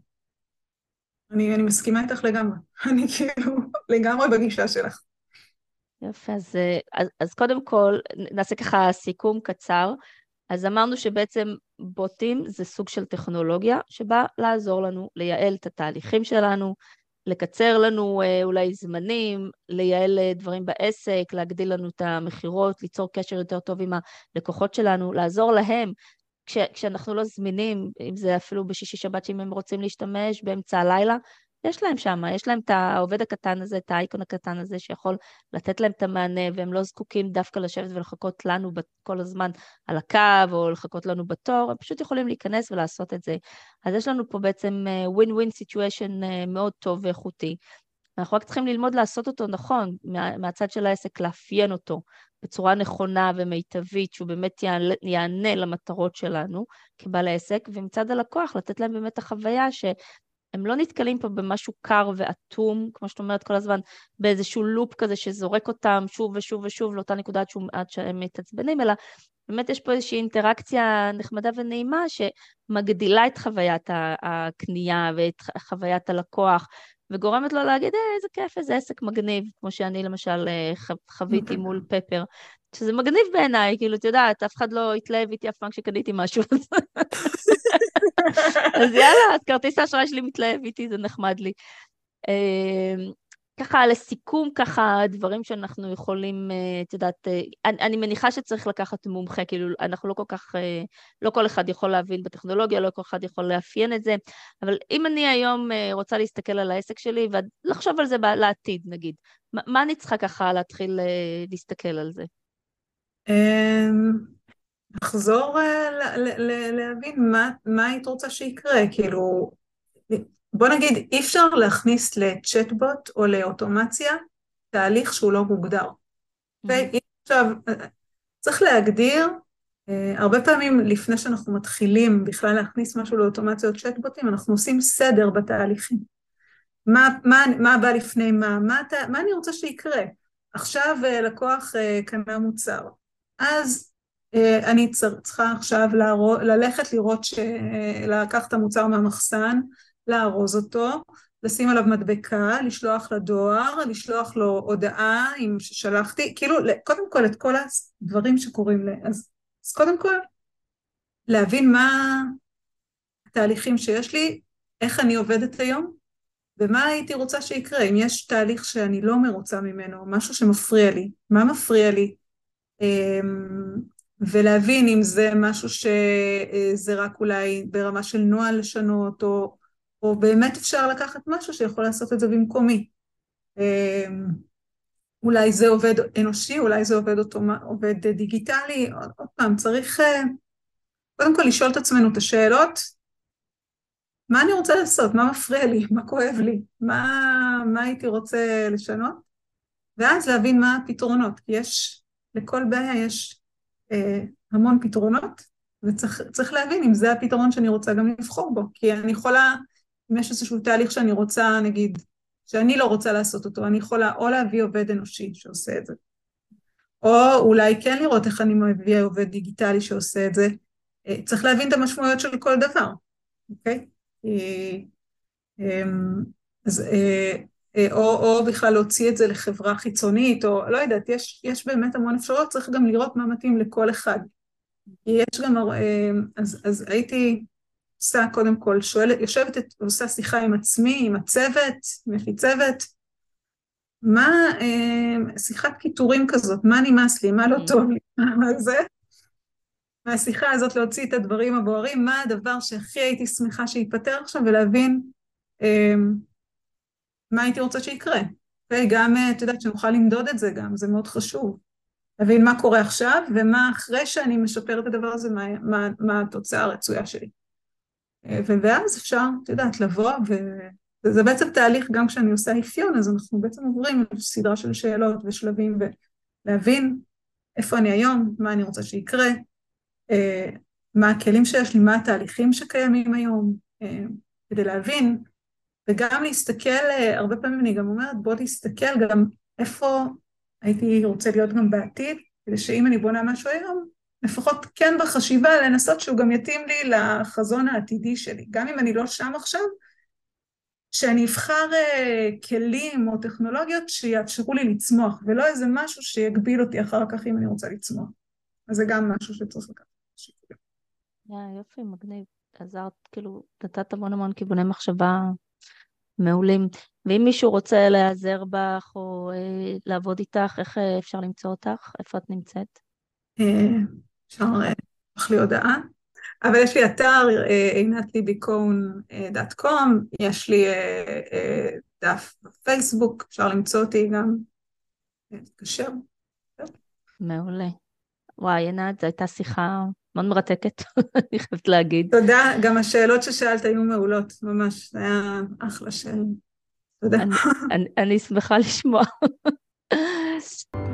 אני, אני מסכימה איתך לגמרי. אני כאילו לגמרי בגישה שלך. יפה, אז, אז, אז קודם כל נעשה ככה סיכום קצר. אז אמרנו שבעצם בוטים זה סוג של טכנולוגיה שבא לעזור לנו לייעל את התהליכים שלנו, לקצר לנו אולי זמנים, לייעל דברים בעסק, להגדיל לנו את המחירות, ליצור קשר יותר טוב עם הלקוחות שלנו, לעזור להם כש, כשאנחנו לא זמינים, אם זה אפילו בשישי שבת שאם הם רוצים להשתמש באמצע הלילה, יש להם שם, יש להם את העובד הקטן הזה, את האייקון הקטן הזה שיכול לתת להם את המענה, והם לא זקוקים דווקא לשבת ולחכות לנו כל הזמן על הקו, או לחכות לנו בתור, הם פשוט יכולים להיכנס ולעשות את זה. אז יש לנו פה בעצם win-win situation מאוד טוב ואיכותי. אנחנו רק צריכים ללמוד לעשות אותו נכון, מה, מהצד של העסק, לאפיין אותו בצורה נכונה ומיטבית, שהוא באמת יענה, יענה למטרות שלנו כבעל העסק, ומצד הלקוח לתת להם באמת החוויה ש... הם לא נתקלים פה במשהו קר ואטום, כמו שאת אומרת כל הזמן, באיזשהו לופ כזה שזורק אותם שוב ושוב ושוב לאותה נקודה עד שהם מתעצבנים, אלא באמת יש פה איזושהי אינטראקציה נחמדה ונעימה שמגדילה את חוויית הקנייה ואת חוויית הלקוח, וגורמת לו להגיד, אה, איזה כיף, איזה עסק מגניב, כמו שאני למשל חוויתי מול פפר, שזה מגניב בעיניי, כאילו, את יודעת, אף אחד לא התלהב איתי אף פעם כשקניתי משהו. אז יאללה, אז כרטיס האשראי שלי מתלהב איתי, זה נחמד לי. ככה, לסיכום, ככה, דברים שאנחנו יכולים, את יודעת, אני, אני מניחה שצריך לקחת מומחה, כאילו, אנחנו לא כל כך, לא כל אחד יכול להבין בטכנולוגיה, לא כל אחד יכול לאפיין את זה, אבל אם אני היום רוצה להסתכל על העסק שלי, ולחשוב על זה לעתיד, נגיד, מה, מה אני צריכה ככה להתחיל להסתכל על זה? לחזור להבין מה, מה היית רוצה שיקרה, כאילו, בוא נגיד, אי אפשר להכניס לצ'טבוט או לאוטומציה תהליך שהוא לא מוגדר. עכשיו, צריך להגדיר, הרבה פעמים לפני שאנחנו מתחילים בכלל להכניס משהו לאוטומציה או צ'טבוטים, אנחנו עושים סדר בתהליכים. מה, מה, מה בא לפני מה, מה, מה אני רוצה שיקרה? עכשיו לקוח קנה מוצר. אז אני צריכה עכשיו ללכת לראות, לקח את המוצר מהמחסן, לארוז אותו, לשים עליו מדבקה, לשלוח לדואר, לשלוח לו הודעה אם ששלחתי, כאילו קודם כל את כל הדברים שקורים לי, אז, אז קודם כל להבין מה התהליכים שיש לי, איך אני עובדת היום, ומה הייתי רוצה שיקרה, אם יש תהליך שאני לא מרוצה ממנו, משהו שמפריע לי, מה מפריע לי, ולהבין אם זה משהו שזה רק אולי ברמה של נוהל לשנות, או, או באמת אפשר לקחת משהו שיכול לעשות את זה במקומי. אולי זה עובד אנושי, אולי זה עובד, אותו, עובד דיגיטלי, עוד, עוד פעם, צריך קודם כל לשאול את עצמנו את השאלות, מה אני רוצה לעשות, מה מפריע לי, מה כואב לי, מה, מה הייתי רוצה לשנות, ואז להבין מה הפתרונות, כי יש, לכל בעיה יש אה, המון פתרונות, וצריך להבין אם זה הפתרון שאני רוצה גם לבחור בו, כי אני יכולה, אם יש איזשהו תהליך שאני רוצה, נגיד, שאני לא רוצה לעשות אותו, אני יכולה או להביא עובד אנושי שעושה את זה, או אולי כן לראות איך אני מביא עובד דיגיטלי שעושה את זה, אה, צריך להבין את המשמעויות של כל דבר, אוקיי? אז, או, או בכלל להוציא את זה לחברה חיצונית, או לא יודעת, יש, יש באמת המון אפשרויות, צריך גם לראות מה מתאים לכל אחד. יש גם, אז, אז הייתי עושה קודם כל, שואלת, יושבת, עושה שיחה עם עצמי, עם הצוות, עם יש לי צוות, מה, שיחת קיטורים כזאת, מה נמאס לי, מה לא טוב לי, מה זה? מהשיחה הזאת להוציא את הדברים הבוערים, מה הדבר שהכי הייתי שמחה שיפטר עכשיו, ולהבין אה, מה הייתי רוצה שיקרה. וגם, את יודעת, שנוכל למדוד את זה גם, זה מאוד חשוב. להבין מה קורה עכשיו, ומה אחרי שאני משפר את הדבר הזה, מה, מה, מה התוצאה הרצויה שלי. אה, ואז אפשר, את יודעת, לבוא, וזה בעצם תהליך, גם כשאני עושה אפיון, אז אנחנו בעצם עוברים סדרה של שאלות ושלבים, ולהבין איפה אני היום, מה אני רוצה שיקרה, מה הכלים שיש לי, מה התהליכים שקיימים היום, כדי להבין, וגם להסתכל, הרבה פעמים אני גם אומרת, בוא להסתכל גם איפה הייתי רוצה להיות גם בעתיד, כדי שאם אני בונה משהו היום, לפחות כן בחשיבה לנסות שהוא גם יתאים לי לחזון העתידי שלי, גם אם אני לא שם עכשיו, שאני אבחר כלים או טכנולוגיות שיאפשרו לי לצמוח, ולא איזה משהו שיגביל אותי אחר כך אם אני רוצה לצמוח. אז זה גם משהו שצריך לקחת. יופי, מגניב. עזרת, כאילו, נתת המון המון כיווני מחשבה מעולים. ואם מישהו רוצה להיעזר בך או אה, לעבוד איתך, איך אה, אפשר למצוא אותך? איפה את נמצאת? אפשר לך לי הודעה. אבל יש לי אתר, עינת ליבי קון דוט קום, יש לי דף בפייסבוק, אפשר למצוא אותי גם, תתקשר. מעולה. וואי, עינת, זו הייתה שיחה מאוד מרתקת, אני חייבת להגיד. תודה, גם השאלות ששאלת היו מעולות, ממש, זה היה אחלה שאלה. תודה. אני, אני, אני שמחה לשמוע.